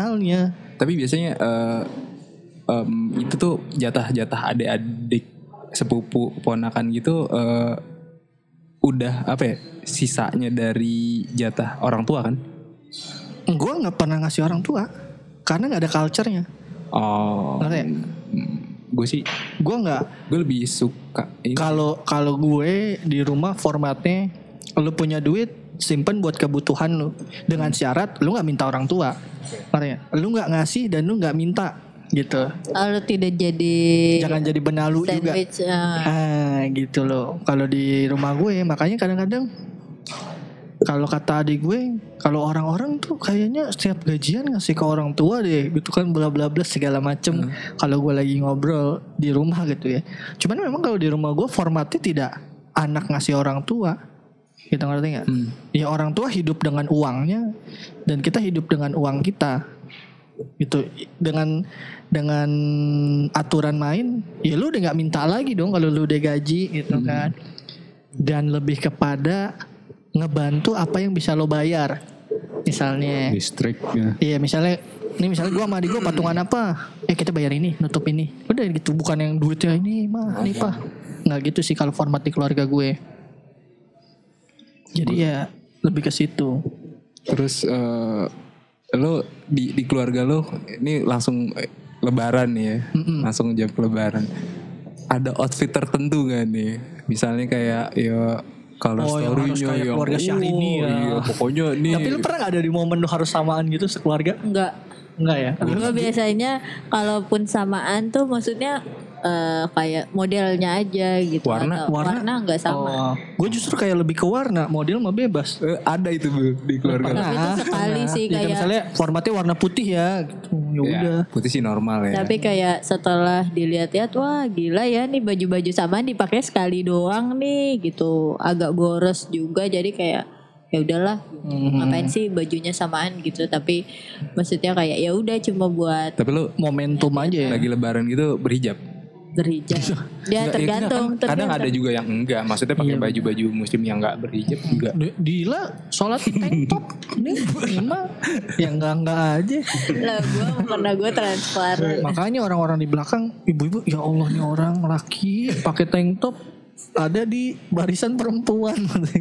Nominalnya. Tapi biasanya eh, em, itu tuh jatah-jatah adik-adik sepupu ponakan gitu uh, udah apa ya sisanya dari jatah orang tua kan? Gue nggak pernah ngasih orang tua karena nggak ada culture-nya. Oh, Ngerti ya? gue sih, Gue nggak. gue lebih suka ini. Kalau kalau gue di rumah formatnya, lu punya duit simpen buat kebutuhan lu dengan syarat lu nggak minta orang tua. Ngerti ya? Lu nggak ngasih dan lu nggak minta gitu. Kalau tidak jadi Jangan jadi benalu juga. sandwich, ah. Ah gitu loh. Kalau di rumah gue makanya kadang-kadang kalau kata adik gue, kalau orang-orang tuh kayaknya setiap gajian ngasih ke orang tua deh, gitu kan bla bla bla segala macem. Hmm. Kalau gue lagi ngobrol di rumah gitu ya. Cuman memang kalau di rumah gue formatnya tidak anak ngasih orang tua, kita ngerti nggak? Hmm. Ya orang tua hidup dengan uangnya dan kita hidup dengan uang kita, gitu. Dengan dengan aturan main, ya lu udah nggak minta lagi dong kalau lu udah gaji, gitu hmm. kan. Dan lebih kepada ngebantu apa yang bisa lo bayar, misalnya listrik ya. Iya misalnya ini misalnya gue sama adik gue patungan apa, eh kita bayar ini, nutup ini, udah gitu. Bukan yang duitnya ini mah ini pak, nggak gitu sih kalau format di keluarga gue. Jadi ya lebih ke situ. Terus uh, lo di di keluarga lo ini langsung eh, lebaran nih ya, Mm-mm. langsung jam lebaran. Ada outfit tertentu gak nih? Misalnya kayak ya kalau oh, story-nya yang, yang keluarga Syahrini ya. Iya, pokoknya nih. Tapi lu pernah gak ada di momen lu harus samaan gitu sekeluarga? Enggak. Enggak ya? Gue biasanya kalaupun samaan tuh maksudnya uh, kayak modelnya aja gitu. Warna, atau warna, warna enggak sama. Oh, gue justru kayak lebih ke warna, model mah bebas. Eh, ada itu Bu di keluarga. Tapi itu sekali nah, sih ya, kayak misalnya formatnya warna putih ya gitu. Ya udah. Ya, putih sih normal ya. Tapi kayak setelah dilihat-lihat wah gila ya nih baju-baju samaan dipakai sekali doang nih gitu. Agak boros juga jadi kayak ya udahlah hmm. ngapain sih bajunya samaan gitu. Tapi maksudnya kayak ya udah cuma buat tapi lu momentum aja ya. Lagi lebaran gitu berhijab. Berhijab. Ya tergantung, ya, kan, kadang ada juga yang enggak, maksudnya pakai iya, baju-baju muslim yang enggak berhijab juga. Gila, sholat tank top nih gimana? Yang enggak-enggak aja. Lah gue karena gue transparan. Makanya orang-orang di belakang, ibu-ibu ya Allah nih orang laki pakai tank top ada di barisan perempuan.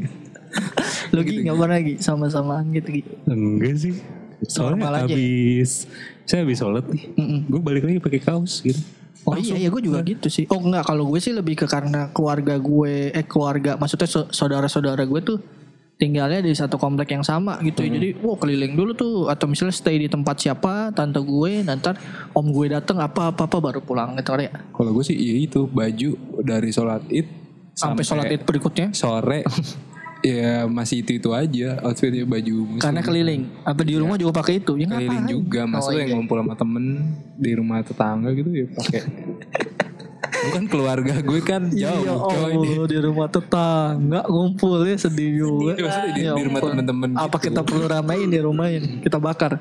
Lagi nggak pernah lagi sama-samaan gitu gitu. Enggak sih. Soalnya habis saya habis sholat nih, gue balik lagi pakai kaos gitu. Oh langsung. Iya ya gue juga gitu sih. Oh enggak, kalau gue sih lebih ke karena keluarga gue eh keluarga maksudnya saudara-saudara gue tuh tinggalnya di satu komplek yang sama gitu. Hmm. Jadi wow keliling dulu tuh atau misalnya stay di tempat siapa tante gue, nanti om gue datang apa-apa baru pulang gitu ya. Kalau gue sih iya itu baju dari sholat Id sampai, sampai sholat Id berikutnya sore. Ya masih itu-itu aja outfitnya baju muslim. Karena keliling. Apa di rumah ya, juga pakai itu? Ya keliling ngapain? Juga. Maksudnya oh, iya. yang ngumpul sama temen di rumah tetangga gitu ya pakai. Bukan keluarga gue kan jauh. Iya, oh, di rumah tetangga ngumpul ya sedih juga. Ya, maksudnya di, ya, di rumah temen-temen. Apa gitu. Kita perlu ramein di rumahnya? Kita bakar.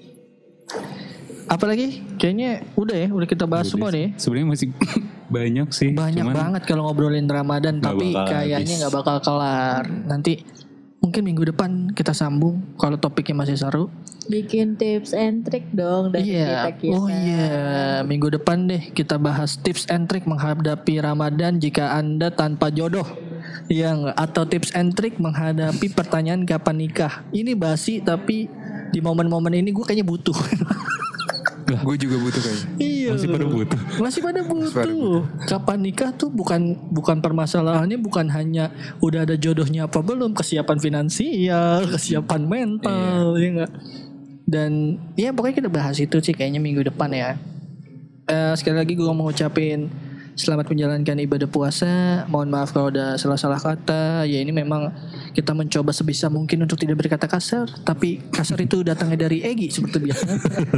Apalagi kayaknya udah ya, udah kita bahas udah semua nih. Sebenarnya masih banyak sih. Banyak banget kalau ngobrolin Ramadan, tapi kayaknya nggak bakal kelar. Nanti mungkin minggu depan kita sambung kalau topiknya masih seru. Bikin tips and trick dong dari iya. kita kita. Oh iya, minggu depan deh kita bahas tips and trick menghadapi Ramadan jika Anda tanpa jodoh. Iya, atau tips and trick menghadapi pertanyaan kapan nikah. Ini basi tapi di momen-momen ini gue kayaknya butuh. Gue juga butuh kayaknya. Iya. Masih pada butuh. Masih pada butuh. Kapan nikah tuh bukan bukan permasalahannya bukan hanya udah ada jodohnya apa belum, kesiapan finansial, kesiapan mental, iya. ya enggak. Dan ya pokoknya kita bahas itu sih kayaknya minggu depan ya. Uh, sekali lagi gue mau ngucapin selamat menjalankan ibadah puasa. Mohon maaf kalau ada salah-salah kata. Ya ini memang kita mencoba sebisa mungkin untuk tidak berkata kasar, tapi kasar itu datangnya dari Egi seperti biasa.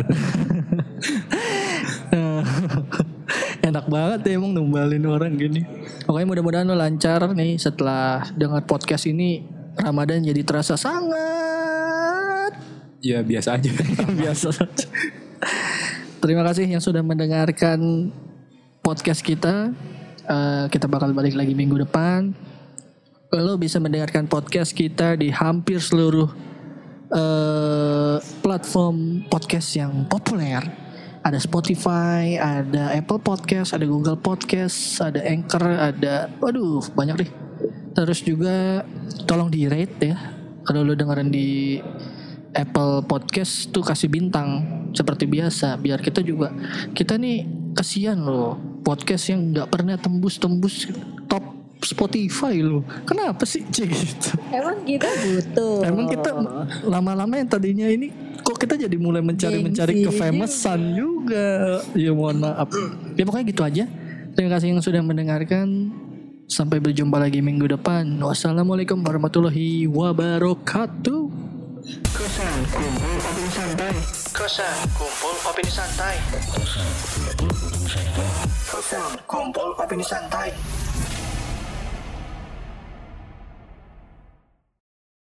Enak banget ya emang numbalin orang gini. Oke, mudah-mudahan lo lancar nih setelah dengar podcast ini. Ramadan jadi terasa sangat ya biasa aja. Biasa saja. Terima kasih yang sudah mendengarkan podcast kita. uh, Kita bakal balik lagi minggu depan. Lo bisa mendengarkan podcast kita di hampir seluruh uh, platform podcast yang populer. Ada Spotify, ada Apple Podcast, ada Google Podcast, ada Anchor, ada waduh banyak deh. Terus juga tolong di rate ya. Kalau lu dengerin di Apple Podcast tuh kasih bintang seperti biasa biar kita juga, kita nih kasihan loh podcast yang nggak pernah tembus-tembus top Spotify loh. Kenapa sih cek gitu? Emang kita butuh. Emang kita lama-lama yang tadinya ini kok kita jadi mulai mencari-mencari Gengsi kefamousan juga. Ya mohon maaf. Ya pokoknya gitu aja. Terima kasih yang sudah mendengarkan. Sampai berjumpa lagi minggu depan. Wassalamualaikum warahmatullahi wabarakatuh. Kosan kumpul opini santai. Kosan kumpul opini santai. Kosan kumpul opini santai.